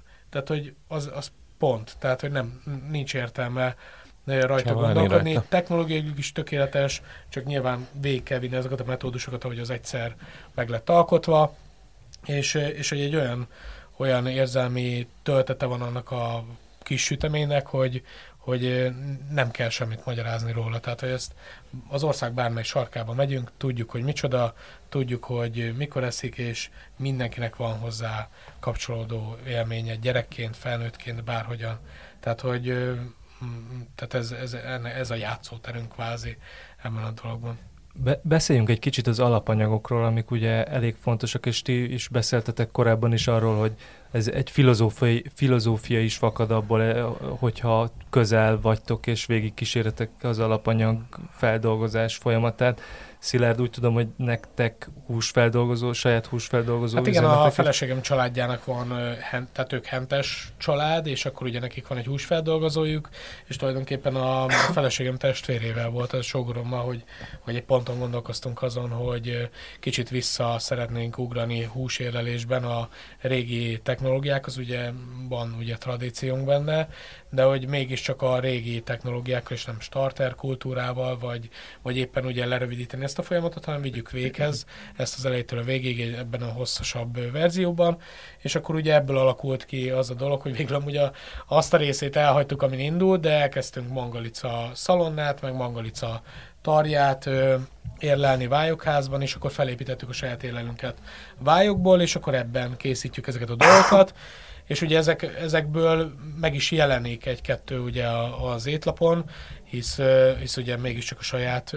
az pont, tehát hogy nincs értelme rajta gondolkodni. Technológiai is tökéletes, csak nyilván végig kell vinni azokat a metódusokat, ahogy az egyszer meg lett alkotva, és hogy egy olyan érzelmi töltete van annak a kis süteménynek, hogy nem kell semmit magyarázni róla. Tehát, hogy ezt az ország bármely sarkába megyünk, tudjuk, hogy micsoda, tudjuk, hogy mikor eszik, és mindenkinek van hozzá kapcsolódó élménye, gyerekként, felnőttként, bárhogyan. Tehát, hogy tehát ez a játszóterünk kvázi ebben a dologban. Beszéljünk egy kicsit az alapanyagokról, amik ugye elég fontosak, és ti is beszéltetek korábban is arról, hogy ez egy filozófia is fakad abból, hogyha közel vagytok, és végig kíséretek az alapanyag feldolgozás folyamatát. Szilárd, úgy tudom, hogy nektek saját húsfeldolgozó Hát igen, a feleségem családjának van, tehát ők hentes család, és akkor ugye nekik van egy húsfeldolgozójuk, és tulajdonképpen a feleségem testvérével volt, a sógorommal, hogy egy ponton gondolkoztunk azon, hogy kicsit vissza szeretnénk ugrani húsérlelésben a régi technológiákhoz, ugye van ugye tradíciónk benne, de hogy mégiscsak a régi technológiákkal, és nem starter kultúrával, vagy éppen ugye lerövidíteni ezt a folyamatot, hanem vigyük véghez ezt az elejétől a végig ebben a hosszasabb verzióban, és akkor ugye ebből alakult ki az a dolog, hogy végül ugye azt a részét elhagytuk, amin indult, de elkezdtünk mangalica szalonnát, meg mangalica tarját érlelni vályokházban, és akkor felépítettük a saját érlelünket vályokból, és akkor ebben készítjük ezeket a dolgokat, és ugye ezekből meg is jelenik egy-kettő ugye az étlapon, hisz ugye mégiscsak a saját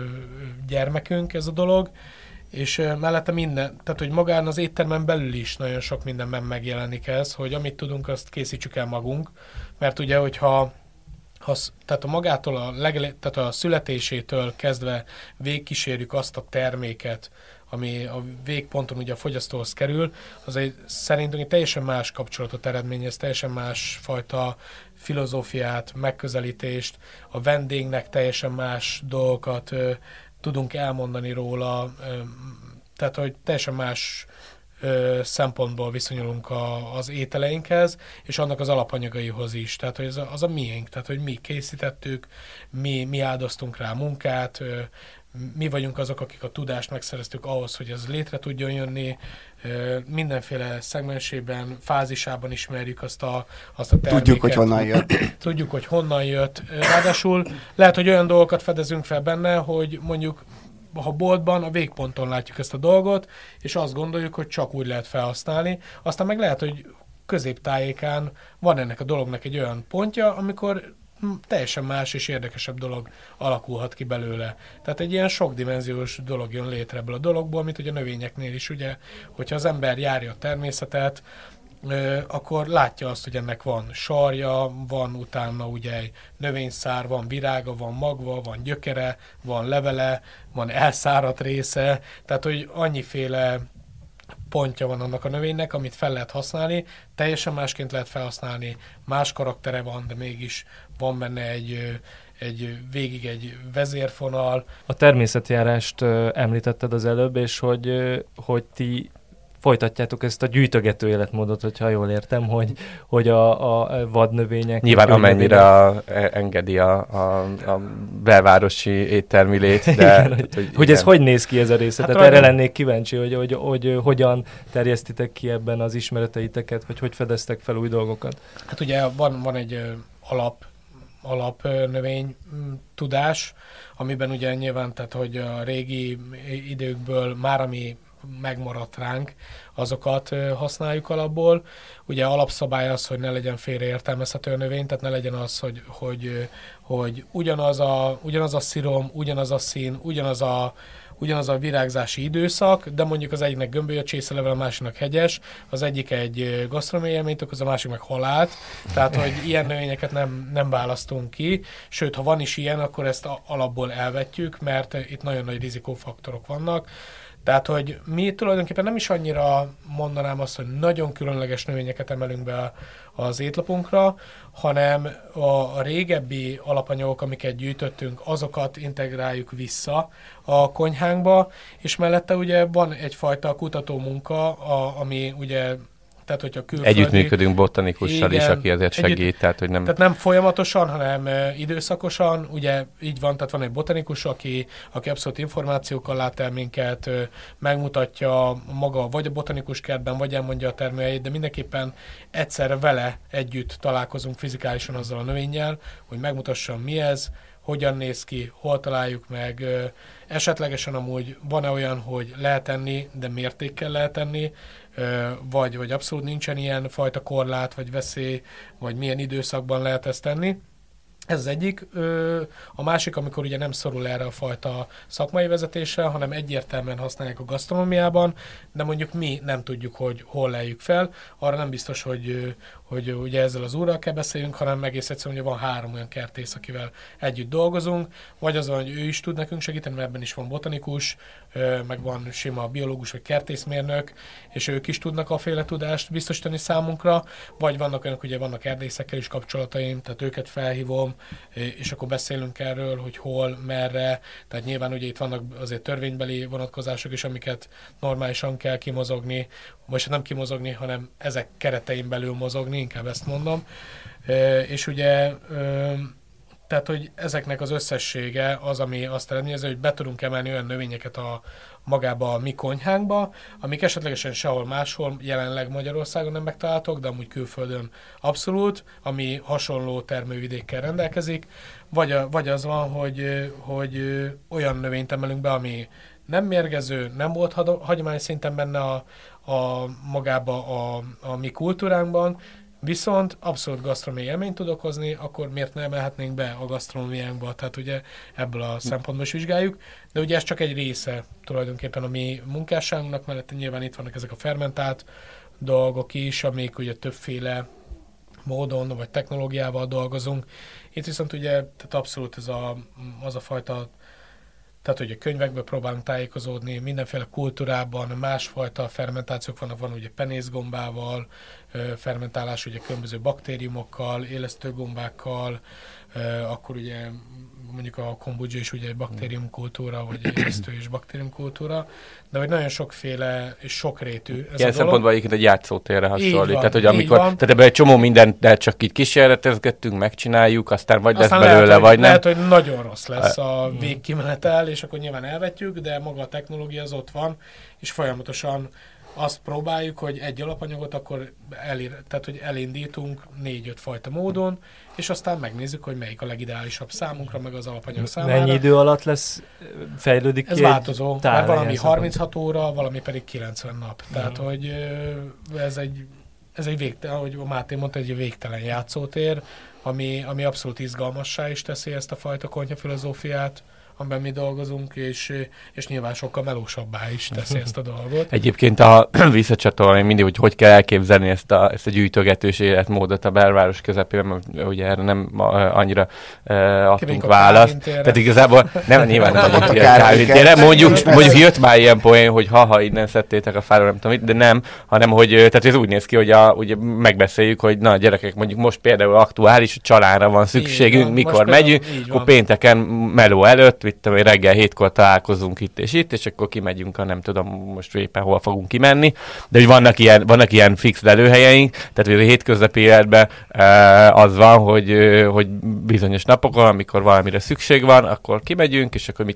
gyermekünk ez a dolog, és mellette minden, tehát hogy magán az éttermen belül is nagyon sok mindenben megjelenik ez, hogy amit tudunk, azt készítsük el magunk, mert ugye, hogyha tehát a magától, tehát a születésétől kezdve végigkísérjük azt a terméket, ami a végponton ugye a fogyasztóhoz kerül, az szerintünk egy teljesen más kapcsolatot eredményez, teljesen más fajta filozófiát, megközelítést, a vendégnek teljesen más dolgokat tudunk elmondani róla, tehát hogy teljesen más szempontból viszonyulunk az ételeinkhez, és annak az alapanyagaihoz is. Tehát, hogy az a miénk, tehát, hogy mi készítettük, mi áldoztunk rá munkát, mi vagyunk azok, akik a tudást megszereztük ahhoz, hogy ez létre tudjon jönni, mindenféle szegmensében, fázisában ismerjük azt a terméket. Tudjuk, hogy honnan jött. Tudjuk, hogy honnan jött. Ráadásul lehet, hogy olyan dolgokat fedezünk fel benne, hogy mondjuk ha boltban a végponton látjuk ezt a dolgot, és azt gondoljuk, hogy csak úgy lehet felhasználni. Aztán meg lehet, hogy középtájékán van ennek a dolognak egy olyan pontja, amikor teljesen más és érdekesebb dolog alakulhat ki belőle. Tehát egy ilyen sokdimenziós dolog jön létre ebből a dologból, mint ugye a növényeknél is, ugye, hogyha az ember járja a természetet, akkor látja azt, hogy ennek van sarja, van utána ugye egy növényszár, van virága, van magva, van gyökere, van levele, van elszáradt része, tehát hogy annyiféle pontja van annak a növénynek, amit fel lehet használni, teljesen másként lehet felhasználni, más karaktere van, de mégis van benne végig egy vezérfonal. A természetjárást említetted az előbb, és hogy ti folytatjátok ezt a gyűjtögető életmódot, hogyha jól értem, hogy a vadnövények... Nyilván amennyire engedi a belvárosi éttermi lét, de... Igen, hogy ez hogy néz ki ez a része? Hát erre lennék kíváncsi, hogy hogyan terjesztitek ki ebben az ismereteiteket, vagy hogy fedeztek fel új dolgokat? Hát ugye van egy alap növény tudás, amiben ugye nyilván, tehát hogy a régi időkből már ami megmaradt ránk, azokat használjuk alapból. Ugye alapszabály az, hogy ne legyen félreértelmezhető a növény, tehát ne legyen az, hogy ugyanaz a szirom, ugyanaz a szín, ugyanaz a virágzási időszak, de mondjuk az egyiknek gömbölyű a csészelevel, a másiknak hegyes, az egyik egy gasztronómiai élményt okoz, a másik meg halált, tehát hogy ilyen növényeket nem választunk ki, sőt, ha van is ilyen, akkor ezt alapból elvetjük, mert itt nagyon nagy rizikófaktorok vannak. Tehát, hogy mi tulajdonképpen nem is annyira mondanám azt, hogy nagyon különleges növényeket emelünk be az étlapunkra, hanem a régebbi alapanyagok, amiket gyűjtöttünk, azokat integráljuk vissza a konyhánkba, és mellette ugye van egyfajta kutatómunka, ami ugye... Tehát, hogyha együttműködünk botanikussal is, aki azért segít. Tehát nem folyamatosan, hanem időszakosan. Ugye így van, tehát van egy botanikus, aki abszolút információkkal lát el minket, megmutatja maga vagy a botanikus kertben, vagy elmondja a termőhelyét, de mindenképpen egyszerre vele együtt találkozunk fizikálisan azzal a növényel, hogy megmutassam mi ez, hogyan néz ki, hol találjuk meg, esetlegesen amúgy van-e olyan, hogy lehet enni, de mértékkel lehet enni, vagy abszolút nincsen ilyen fajta korlát, vagy veszély, vagy milyen időszakban lehet ezt tenni. Ez az egyik. A másik, amikor ugye nem szorul erre a fajta szakmai vezetésre, hanem egyértelműen használják a gasztronómiában, de mondjuk mi nem tudjuk, hogy hol lejjük fel. Arra nem biztos, hogy ugye ezzel az úrral kell beszéljünk, hanem egész egyszerűen, hogy van 3 olyan kertész, akivel együtt dolgozunk, vagy az van, hogy ő is tud nekünk segíteni, mert ebben is van botanikus, meg van sima biológus vagy kertészmérnök, és ők is tudnak a féle tudást biztosítani számunkra, vagy vannak olyanok, ugye vannak erdészekkel is kapcsolataim, tehát őket felhívom, és akkor beszélünk erről, hogy hol, merre, tehát nyilván ugye itt vannak azért törvénybeli vonatkozások is, amiket normálisan kell kimozogni, vagy nem kimozogni, hanem ezek keretein belül mozogni, inkább ezt mondom. És ugye, tehát, hogy ezeknek az összessége az, ami azt eredményezi, hogy be tudunk emelni olyan növényeket magába a mi konyhánkba, amik esetlegesen sehol máshol jelenleg Magyarországon nem megtalálhatók, de amúgy külföldön abszolút, ami hasonló termővidékkel rendelkezik, vagy az van, hogy olyan növényt emelünk be, ami nem mérgező, nem volt hagyományos szinten benne magába a mi kultúránkban, viszont abszolút gasztronómiai élményt tud okozni, akkor miért nem emelhetnénk be a gasztronómiánkba? Tehát ugye ebből a szempontból is vizsgáljuk, de ugye ez csak egy része tulajdonképpen a mi munkásságunknak, mellett nyilván itt vannak ezek a fermentált dolgok is, amik ugye többféle módon vagy technológiával dolgozunk. Itt viszont ugye tehát abszolút ez az a fajta, tehát ugye könyvekből próbálunk tájékozódni, mindenféle kultúrában másfajta fermentációk vannak, van ugye penészgombával, fermentálás ugye különböző baktériumokkal, élesztőgombákkal, akkor ugye mondjuk a kombudzsa is ugye egy baktériumkultúra, vagy élesztő és baktériumkultúra, de hogy nagyon sokféle és sokrétű ez ilyen szempontból egyébként egy játszótérre hasonlít. Tehát, hogy amikor, tehát ebben egy csomó mindent csak így kísérletezgettünk, megcsináljuk, aztán vagy lesz belőle, vagy nem. Lehet, hogy nagyon rossz lesz a végkimenetel, és akkor nyilván elvetjük, de maga a technológia az ott van, és folyamatosan azt próbáljuk, hogy egy alapanyagot akkor tehát, hogy elindítunk 4-5 fajta módon, és aztán megnézzük, hogy melyik a legideálisabb számunkra, meg az alapanyag számára. Mennyi idő alatt fejlődik ki? Ez változó, mert valami 36 óra, valami pedig 90 nap. Tehát, hogy ez egy végtelen, ahogy Máté mondta, egy végtelen játszótér, ami abszolút izgalmassá is teszi ezt a fajta konyhafilozófiát, amiben mi dolgozunk, és nyilván sokkal melósabbá is teszi ezt a dolgot. Egyébként visszacsatolni mindig, hogy kell elképzelni ezt a gyűjtögetős életmódot a belváros közepén, mert ugye erre nem annyira adtunk választ. Tehát igazából nem nyilván nem adunk ilyen kávintére. Mondjuk jött már ilyen poén, hogy ha innen szedtétek a fáról, nem tudom mit, de nem, hanem hogy tehát ez úgy néz ki, hogy ugye megbeszéljük, hogy na gyerekek, mondjuk most például aktuális családra van szükségünk, mikor megyünk, akkor pénteken meló előtt, reggel 7-kor találkozunk itt, és akkor kimegyünk, nem tudom most éppen hol fogunk kimenni, de hogy vannak ilyen fix lelőhelyeink, tehát hogy a hétköznapi életben az van, hogy bizonyos napokon, amikor valamire szükség van, akkor kimegyünk, és akkor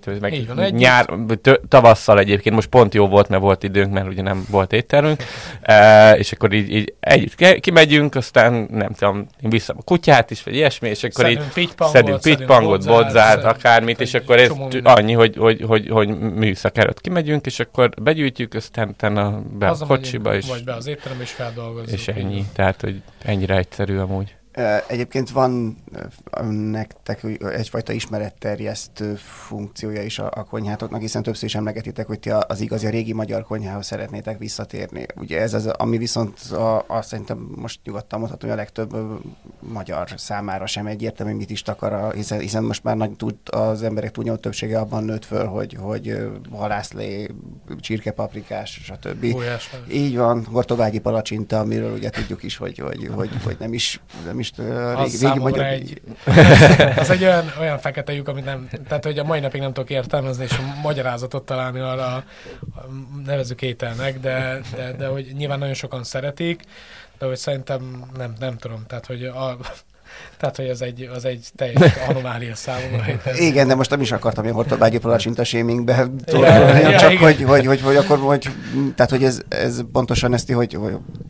tavasszal egyébként, most pont jó volt, mert volt időnk, mert ugye nem volt éttermünk, és akkor így együtt kimegyünk, aztán nem tudom, én vissza a kutyát is, vagy ilyesmi, és akkor így szedünk pitpangot, bodzát, akármit, és akkor ez annyi, hogy műszak előtt kimegyünk, és akkor begyűjtjük, aztán be a kocsiba, és... Vagy be az étterembe, és feldolgozzuk. És ennyi. Tehát, hogy ennyire egyszerű amúgy. Egyébként van nektek egyfajta ismeretterjesztő funkciója is a konyhátoknak, hiszen többször is emlegetitek, hogy ti az igazi, a régi magyar konyhához szeretnétek visszatérni. Ugye ez az, ami viszont azt szerintem most nyugodtan mondhatom, hogy a legtöbb magyar számára sem egyértelmű, mit is takar, hiszen most már az emberek túlnyomó többsége abban nőtt föl, hogy halászlé, csirkepaprikás, stb. Így van, hortobágyi palacsinta, amiről ugye tudjuk is, hogy nem is régi magyar... Az egy olyan fekete lyuk, amit nem... Tehát, hogy a mai napig nem tudok értelmezni, és magyarázatot találni arra, nevezzük ételnek, de hogy nyilván nagyon sokan szeretik, de hogy szerintem nem tudom. Tehát, hogy az egy teljes anomália számomra. Igen, de most nem is akartam ilyen hortobágyi palacsinta shamingbe, csak hogy akkor, tehát, hogy ez pontosan ezt, hogy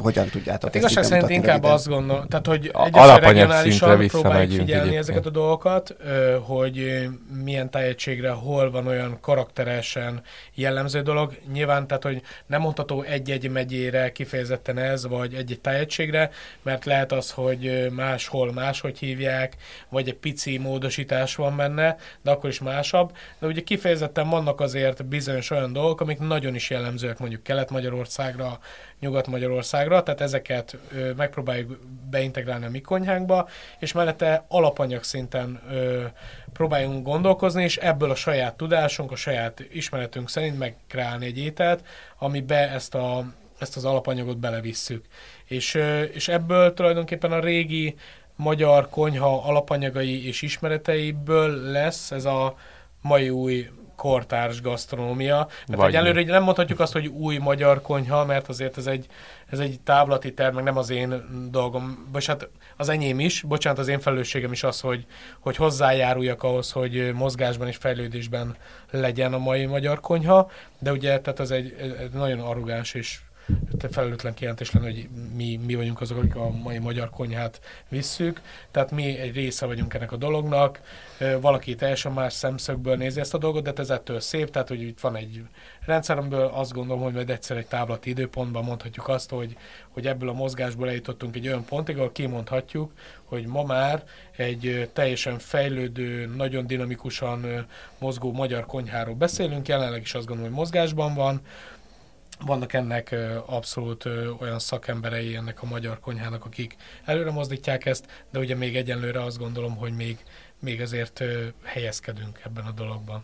hogyan tudjátok hát igazság szerint inkább azt gondolom, tehát hogy egyes regionálisan próbáljuk figyelni ezeket a dolgokat, hogy milyen tájegységre hol van olyan karakteresen jellemző dolog. Nyilván, tehát hogy nem mondható egy-egy megyére kifejezetten ez, vagy egy-egy tájegységre, mert lehet az, hogy máshol máshogy hívják, vagy egy pici módosítás van benne, de akkor is másabb. De ugye kifejezetten vannak azért bizonyos olyan dolgok, amik nagyon is jellemzőek mondjuk Kelet-Magyarországra, Nyugat-Magyarországra, tehát ezeket megpróbáljuk beintegrálni a mi konyhánkba, és mellette alapanyag szinten próbáljunk gondolkozni, és ebből a saját tudásunk, a saját ismeretünk szerint megkreálni egy ételt, amibe ezt az alapanyagot belevisszük. És ebből tulajdonképpen a régi magyar konyha alapanyagai és ismereteiből lesz ez a mai új kortárs gasztronómia. Mert egyelőre nem mondhatjuk azt, hogy új magyar konyha, mert azért ez egy távlati terv, meg nem az én dolgom, vagy hát az enyém is, bocsánat, az én felelősségem is az, hogy hozzájáruljak ahhoz, hogy mozgásban és fejlődésben legyen a mai magyar konyha, de ugye tehát az egy nagyon arrogáns és felelőtlen kijelentés lenne, hogy mi vagyunk azok, akik a mai magyar konyhát visszük. Tehát mi egy része vagyunk ennek a dolognak. Valaki teljesen más szemszögből nézi ezt a dolgot, de ez ettől szép. Tehát, hogy itt van egy rendszeremből, azt gondolom, hogy majd egyszer egy távlati időpontban mondhatjuk azt, hogy ebből a mozgásból eljutottunk egy olyan pontig, ahol kimondhatjuk, hogy ma már egy teljesen fejlődő, nagyon dinamikusan mozgó magyar konyháról beszélünk. Jelenleg is azt gondolom, hogy mozgásban van. Vannak ennek abszolút olyan szakemberei ennek a magyar konyhának, akik előre mozdítják ezt, de ugye még egyenlőre azt gondolom, hogy még azért helyezkedünk ebben a dologban.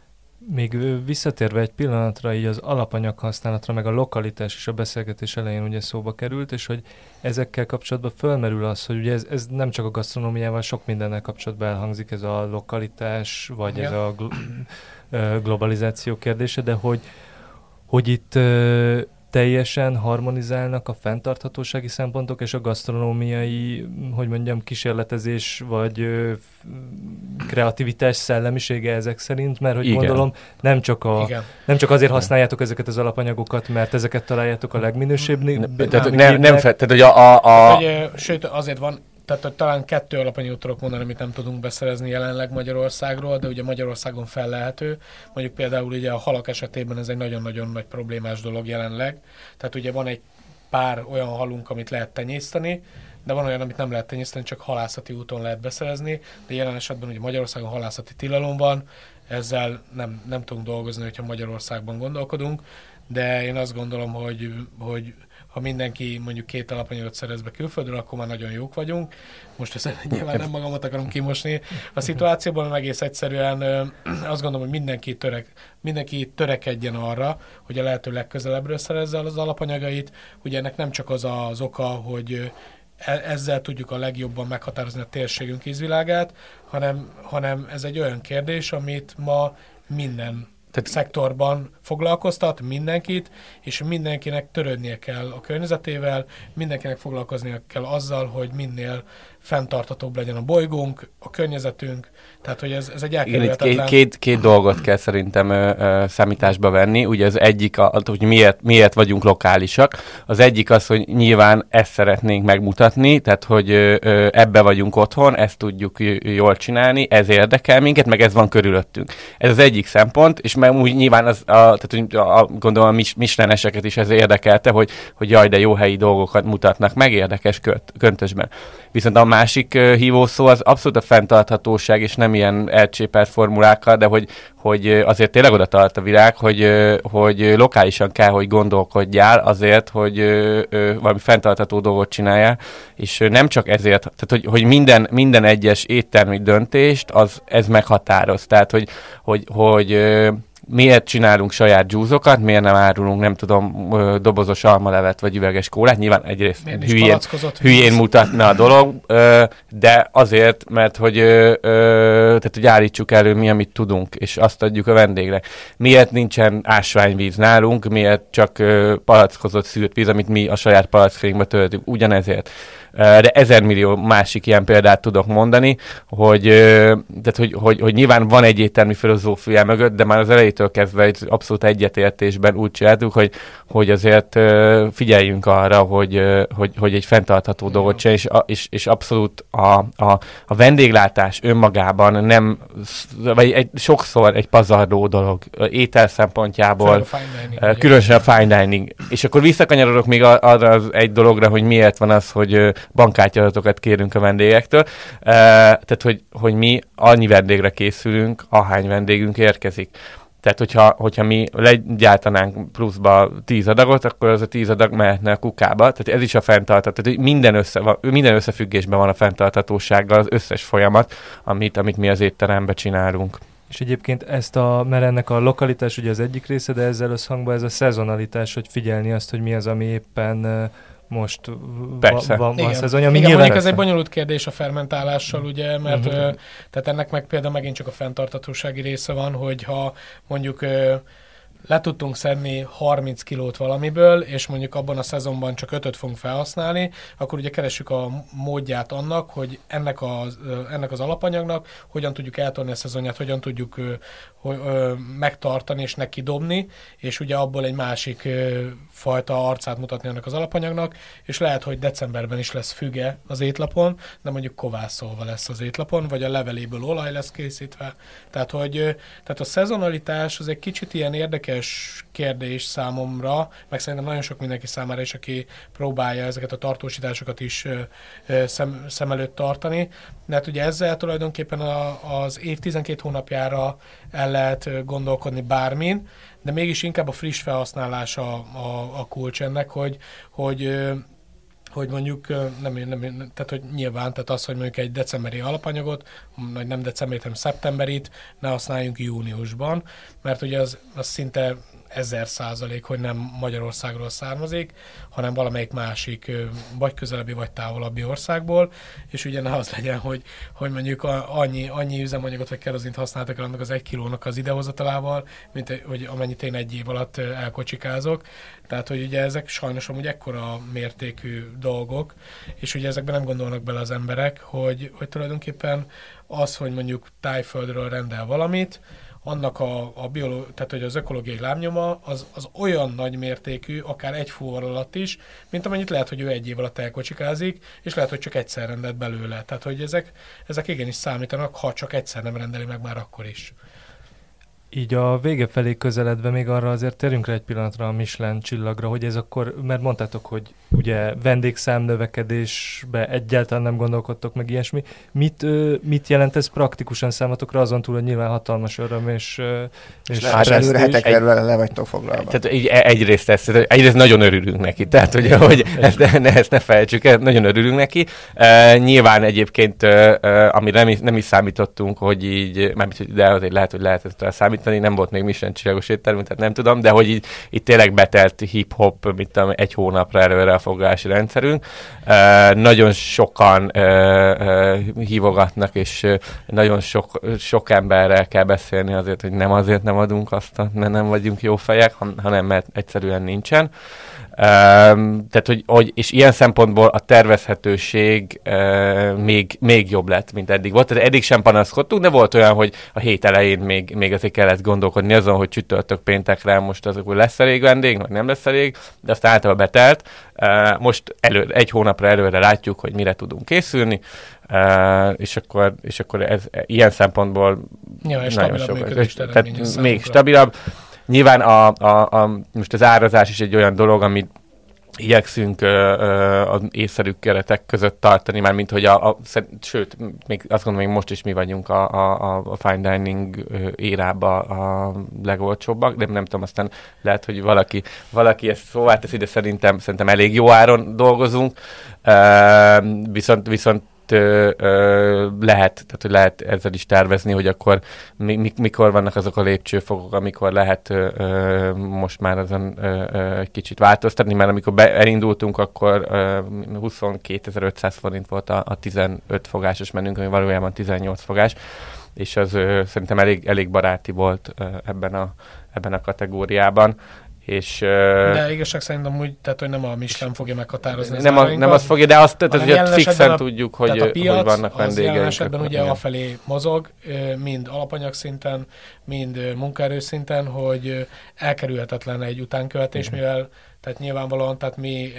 Még visszatérve egy pillanatra így az alapanyag használatra, meg a lokalitás és a beszélgetés elején ugye szóba került, és hogy ezekkel kapcsolatban fölmerül az, hogy ugye ez nem csak a gasztronómiával, sok mindennel kapcsolatban elhangzik, ez a lokalitás, vagy ez a globalizáció kérdése, de hogy itt teljesen harmonizálnak a fenntarthatósági szempontok és a gasztronómiai, hogy mondjam, kísérletezés vagy kreativitás szellemisége ezek szerint, mert hogy igen. Gondolom nem csak azért használjátok ezeket az alapanyagokat, mert ezeket találjátok a legminősébbnek. Sőt, azért van, tehát talán 2 alapanyagot tudok mondani, amit nem tudunk beszerezni jelenleg Magyarországról, de ugye Magyarországon fellelhető. Mondjuk például ugye a halak esetében ez egy nagyon-nagyon nagy problémás dolog jelenleg. Tehát ugye van egy pár olyan halunk, amit lehet tenyészteni, de van olyan, amit nem lehet tenyészteni, csak halászati úton lehet beszerezni, de jelen esetben ugye Magyarországon halászati tilalom van, ezzel nem tudunk dolgozni, hogyha Magyarországban gondolkodunk, de én azt gondolom, hogy ha mindenki mondjuk 2 alapanyagot szerez be külföldről, akkor már nagyon jók vagyunk. Most ezt nyilván nem magamat akarom kimosni a szituációban, egész egyszerűen azt gondolom, hogy mindenki törekedjen arra, hogy a lehető legközelebbről szerezze az alapanyagait. Ugye ennek nem csak az oka, hogy ezzel tudjuk a legjobban meghatározni a térségünk ízvilágát, hanem ez egy olyan kérdés, amit ma minden szektorban foglalkoztat mindenkit, és mindenkinek törődnie kell a környezetével, mindenkinek foglalkoznia kell azzal, hogy minél fenntarthatóbb legyen a bolygónk, a környezetünk, tehát hogy ez egy elkerülhetetlen... Két dolgot kell szerintem számításba venni. Ugye az egyik, hogy miért vagyunk lokálisak. Az egyik az, hogy nyilván ezt szeretnénk megmutatni, tehát hogy ebbe vagyunk otthon, ezt tudjuk jól csinálni, ez érdekel minket, meg ez van körülöttünk. Ez az egyik szempont, és meg úgy nyilván gondolom a Michelin-eseket is ez érdekelte, hogy jaj, de jó helyi dolgokat mutatnak meg, érdekes köntösben. Viszont a másik hívószó az abszolút a fenntarthatóság, és nem ilyen elcsépelt formulákkal, de hogy azért tényleg oda tart a világ, hogy lokálisan kell, hogy gondolkodjál azért, hogy valami fenntartható dolgot csináljál, és nem csak ezért, tehát hogy minden egyes éttermi döntést, ez meghatároz. Tehát, hogy miért csinálunk saját dzsúzokat, miért nem árulunk, nem tudom, dobozos almalevet vagy üveges kólát. Nyilván egyrészt hülyén mutatna a dolog, de azért, mert hogy állítsuk elő mi, amit tudunk, és azt adjuk a vendégnek. Miért nincsen ásványvíz nálunk, miért csak palackozott szűrt víz, amit mi a saját palackainkba töltünk. Ugyanezért. de 1000 millió másik ilyen példát tudok mondani, hogy nyilván van egy éttermi filozófia mögött, de már az elejétől kezdve egy abszolút egyetértésben úgy csináltuk, hogy azért figyeljünk arra, hogy egy fenntartható dolgot csinálj, és abszolút a vendéglátás önmagában nem, vagy sokszor egy pazarló dolog étel szempontjából, különösen a fine dining. És akkor visszakanyarodok még arra az egy dologra, hogy miért van az, hogy bankkártyadatokat kérünk a vendégektől. Tehát, hogy mi annyi vendégre készülünk, ahány vendégünk érkezik. Tehát, hogyha mi legyártanánk pluszba 10 adagot, akkor az a 10 adag mehetne a kukába. Tehát ez is a fenntartható. Tehát minden összefüggésben van a fenntarthatósággal az összes folyamat, amit mi az étteremben csinálunk. És egyébként mert ennek a lokalitás ugye az egyik része, de ezzel összhangban ez a szezonalitás, hogy figyelni azt, hogy mi az, ami éppen most van szezonja. Igen, mondjuk ez egy bonyolult kérdés a fermentálással, ugye, mert tehát ennek meg például megint csak a fenntarthatósági része van, hogy ha mondjuk le tudtunk szedni 30 kilót valamiből, és mondjuk abban a szezonban csak 5-öt fogunk felhasználni, akkor ugye keressük a módját annak, hogy ennek az alapanyagnak hogyan tudjuk eltolni a szezonját, hogyan tudjuk megtartani és neki dobni, és ugye abból egy másik fajta arcát mutatni annak az alapanyagnak, és lehet, hogy decemberben is lesz füge az étlapon, de mondjuk kovászolva lesz az étlapon, vagy a leveléből olaj lesz készítve. Tehát a szezonalitás az egy kicsit ilyen érdekes kérdés számomra, meg szerintem nagyon sok mindenki számára is, aki próbálja ezeket a tartósításokat is szem előtt tartani. De hát ugye ezzel tulajdonképpen az év 12 hónapjára el lehet gondolkodni bármin, de mégis inkább a friss felhasználás a kulcs ennek, hogy mondjuk, tehát hogy nyilván, tehát az, hogy mondjuk egy decemberi alapanyagot, vagy nem decemberi, hanem szeptemberit ne használjunk júniusban, mert ugye az szinte 1000%, hogy nem Magyarországról származik, hanem valamelyik másik, vagy közelebbi, vagy távolabbi országból, és ugye ne az legyen, hogy mondjuk annyi üzemanyagot vagy kerozint használtak el annak az 1 kilónak az idehozatalával, mint hogy amennyit én egy év alatt elkocsikázok. Tehát, hogy ugye ezek sajnos amúgy ekkora mértékű dolgok, és ugye ezekben nem gondolnak bele az emberek, hogy tulajdonképpen az, hogy mondjuk Tájföldről rendel valamit, annak tehát hogy az ökológiai lábnyoma az olyan nagy mértékű, akár egy fuvar alatt is, mint amennyit lehet, hogy ő egy év alatt elkocsikázik, és lehet, hogy csak egyszer rendelt belőle. Tehát, hogy ezek igenis számítanak, ha csak egyszer nem rendeli meg, már akkor is. Így a vége felé közeledve még arra azért térjünk rá egy pillanatra a Michelin csillagra, hogy ez akkor, mert mondtátok, hogy ugye vendégszám növekedésbe egyáltalán nem gondolkodtok meg ilyesmi. Mit jelent ez praktikusan számotokra, azon túl, hogy nyilván hatalmas öröm, és előre hetekre le vagytok foglalva. Tehát egyrészt nagyon örülünk neki, tehát hogy ezt ne felejtsük el, nagyon örülünk neki. Nyilván egyébként, amire nem is számítottunk, hogy így, de azért lehet, hogy lehet ezt számítani, nem volt még Michelin csillagos éttermünk, tehát nem tudom, de hogy itt tényleg betelt hip-hop, mint egy hónapra előre a foglalási rendszerünk. Nagyon sokan hívogatnak, és nagyon sok emberrel kell beszélni azért, hogy nem azért nem adunk azt, mert nem vagyunk jó fejek, hanem mert egyszerűen nincsen. Tehát, és ilyen szempontból a tervezhetőség még jobb lett, mint eddig volt. Tehát eddig sem panaszkodtunk, de volt olyan, hogy a hét elején még azért kellett gondolkodni azon, hogy csütörtök péntekre most azok lesz elég vendég, vagy nem lesz elég, de aztán általában betelt. Most egy hónapra előre látjuk, hogy mire tudunk készülni, és akkor ez ilyen szempontból nagyon sok. Tehát még stabilabb. Nyilván most az árazás is egy olyan dolog, amit igyekszünk az észszerű keretek között tartani, már mint hogy sőt, még azt gondolom, még most is mi vagyunk a fine dining érában a legolcsóbbak, de nem tudom, aztán lehet, hogy valaki ezt szóvá teszi, de szerintem elég jó áron dolgozunk, viszont lehet ezzel is tervezni, hogy akkor mikor vannak azok a lépcsőfokok, amikor lehet most már azon egy kicsit változtatni, mert amikor elindultunk, akkor 22.500 forint volt a 15 fogásos menünk, ami valójában 18 fogás, és az szerintem elég baráti volt ebben a kategóriában. De igazság szerint amúgy, tehát hogy nem a Michelin fogja meghatározni az nem azt fogja, de azt tehát, hogy fixen tudjuk, hogy vannak vendégeink. Jelen esetben ugye afelé mozog, mind alapanyag szinten, mind munkaerő szinten, hogy elkerülhetetlen egy utánkövetés, mivel tehát nyilvánvalóan, tehát mi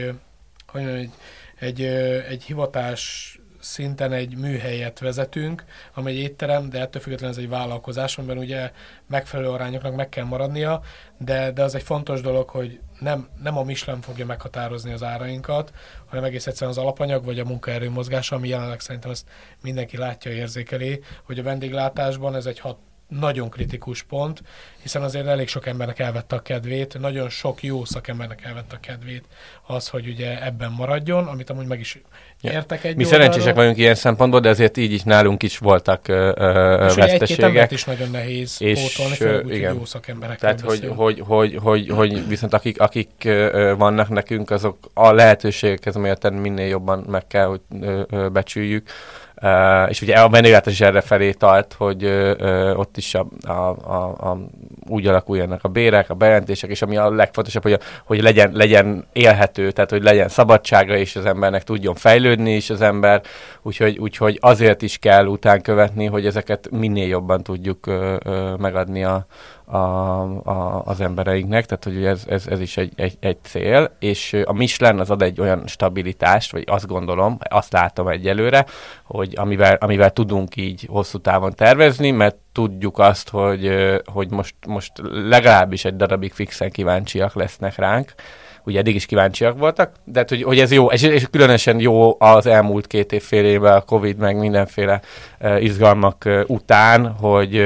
egy hivatás szinten egy műhelyet vezetünk, ami egy étterem, de ettől függetlenül ez egy vállalkozás, amiben ugye megfelelő arányoknak meg kell maradnia, de az egy fontos dolog, hogy nem a Michelin fogja meghatározni az árainkat, hanem egész egyszerűen az alapanyag vagy a munkaerő mozgása, ami jelenleg szerintem ezt mindenki látja, érzékeli, hogy a vendéglátásban ez egy nagyon kritikus pont, hiszen azért elég sok embernek elvette a kedvét, nagyon sok jó szakembernek elvette a kedvét az, hogy ugye ebben maradjon, amit amúgy meg is értek egy Mi szerencsések vagyunk ilyen szempontból, de azért így is nálunk is voltak veszteségek. És egy-két embert is nagyon nehéz pótolni, főleg úgy, hogy jó szakemberekről Tehát, hogy viszont akik vannak nekünk, azok a lehetőségekhez mérten minél jobban meg kell, hogy becsüljük. És ugye a vendéglátás is erre felé tart, hogy ott is úgy alakuljanak a bérek, a bejelentések, és ami a legfontosabb, hogy legyen élhető, tehát hogy legyen szabadsága, és az embernek tudjon fejlődni is az ember, úgyhogy azért is kell utánkövetni, hogy ezeket minél jobban tudjuk megadni az embereinknek, tehát hogy ez is egy cél, és a Michelin az ad egy olyan stabilitást, vagy azt gondolom, azt látom egyelőre, hogy amivel tudunk így hosszú távon tervezni, mert tudjuk azt, hogy most legalábbis egy darabig fixen kíváncsiak lesznek ránk, ugye eddig is kíváncsiak voltak, de hogy ez jó, és különösen jó az elmúlt 2 fél évvel a Covid meg mindenféle izgalmak után, hogy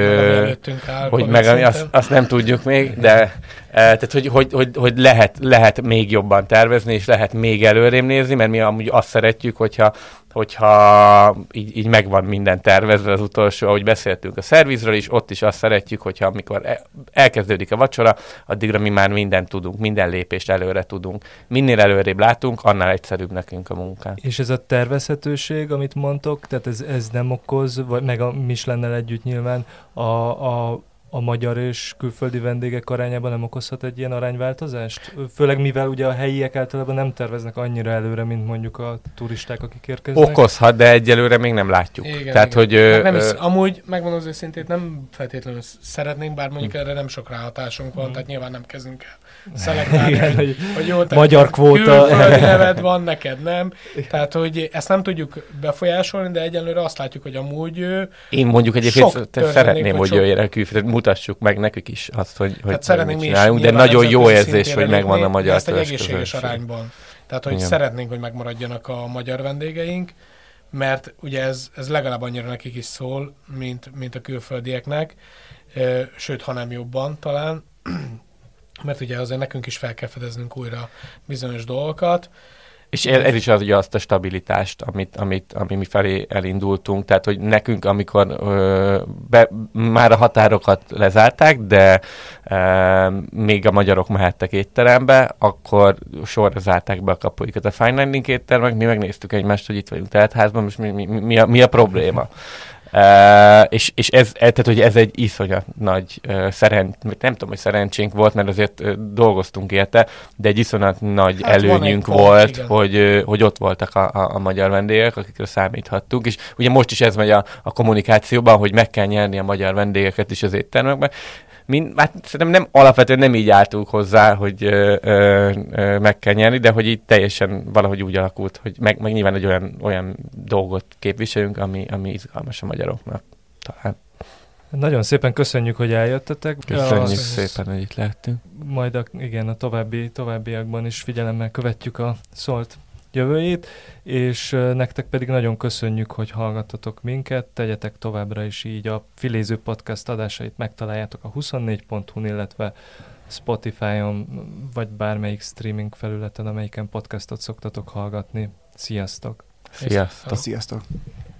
azt nem tudjuk még, de tehát, hogy lehet még jobban tervezni, és lehet még előrébb nézni, mert mi amúgy azt szeretjük, hogyha így megvan minden tervezve az utolsó, ahogy beszéltünk a szervizről is, ott is azt szeretjük, hogyha amikor elkezdődik a vacsora, addigra mi már mindent tudunk, minden lépést előre tudunk. Minél előrébb látunk, annál egyszerűbb nekünk a munkánk. És ez a tervezhetőség, amit mondtok, tehát ez nem okoz, vagy meg a Michelin-nel együtt nyilván a magyar és külföldi vendégek arányában nem okozhat egy ilyen arányváltozást? Főleg mivel ugye a helyiek általában nem terveznek annyira előre, mint mondjuk a turisták, akik érkeznek. Okozhat, de egyelőre még nem látjuk. Igen, tehát, igen. Hogy, nem is, amúgy, megmondom az őszintét, nem feltétlenül szeretnénk, bár mondjuk erre nem sok ráhatásunk van, tehát nyilván nem kezdünk el szelektálni, hogy jó, magyar kvóta. Külföldi neved van, neked nem. Tehát, hogy ezt nem tudjuk befolyásolni, de egyelőre azt látjuk, hogy amúgy én mondjuk egyébként szeretném, hogy jöjjenek külföldre, mutassuk meg nekik is azt, hogy szeretnénk csináljunk, de nagyon jó érzés, hogy megvan a magyar ezt egy egészséges arányban. Tehát, hogy szeretnénk, hogy megmaradjanak a magyar vendégeink, mert ugye ez legalább annyira nekik is szól, mint a külföldieknek, sőt, ha nem jobban talán, mert ugye azért nekünk is fel kell fedeznünk újra bizonyos dolgokat. És ez is adja azt a stabilitást, ami mi felé elindultunk. Tehát, hogy nekünk, amikor már a határokat lezárták, de még a magyarok mehettek étterembe, akkor sorra zárták be a kapuikat a fine dining éttermek, mi megnéztük egymást, hogy itt vagyunk teltházban, most mi a probléma. És tehát, hogy ez egy iszonyat nagy nem tudom, hogy szerencsénk volt, mert azért dolgoztunk érte, de egy iszonyat nagy előnyünk volt, hogy ott voltak a magyar vendégek, akikre számíthattunk, és ugye most is ez megy a kommunikációban, hogy meg kell nyerni a magyar vendégeket is az éttermekben. Hát szerintem alapvetően nem így álltunk hozzá, hogy meg kell nyerni, de hogy így teljesen valahogy úgy alakult, hogy meg nyilván egy olyan dolgot képviseljünk, ami izgalmas a magyaroknak talán. Nagyon szépen köszönjük, hogy eljöttetek. Köszönjük szépen, hogy itt lehettünk. Majd a továbbiakban is figyelemmel követjük a Szólt jövőjét, és nektek pedig nagyon köszönjük, hogy hallgattatok minket, tegyetek továbbra is így. A Filéző Podcast adásait megtaláljátok a 24.hu-n, illetve Spotify-on, vagy bármelyik streaming felületen, amelyiken podcastot szoktatok hallgatni. Sziasztok! Sziasztok! Sziasztok!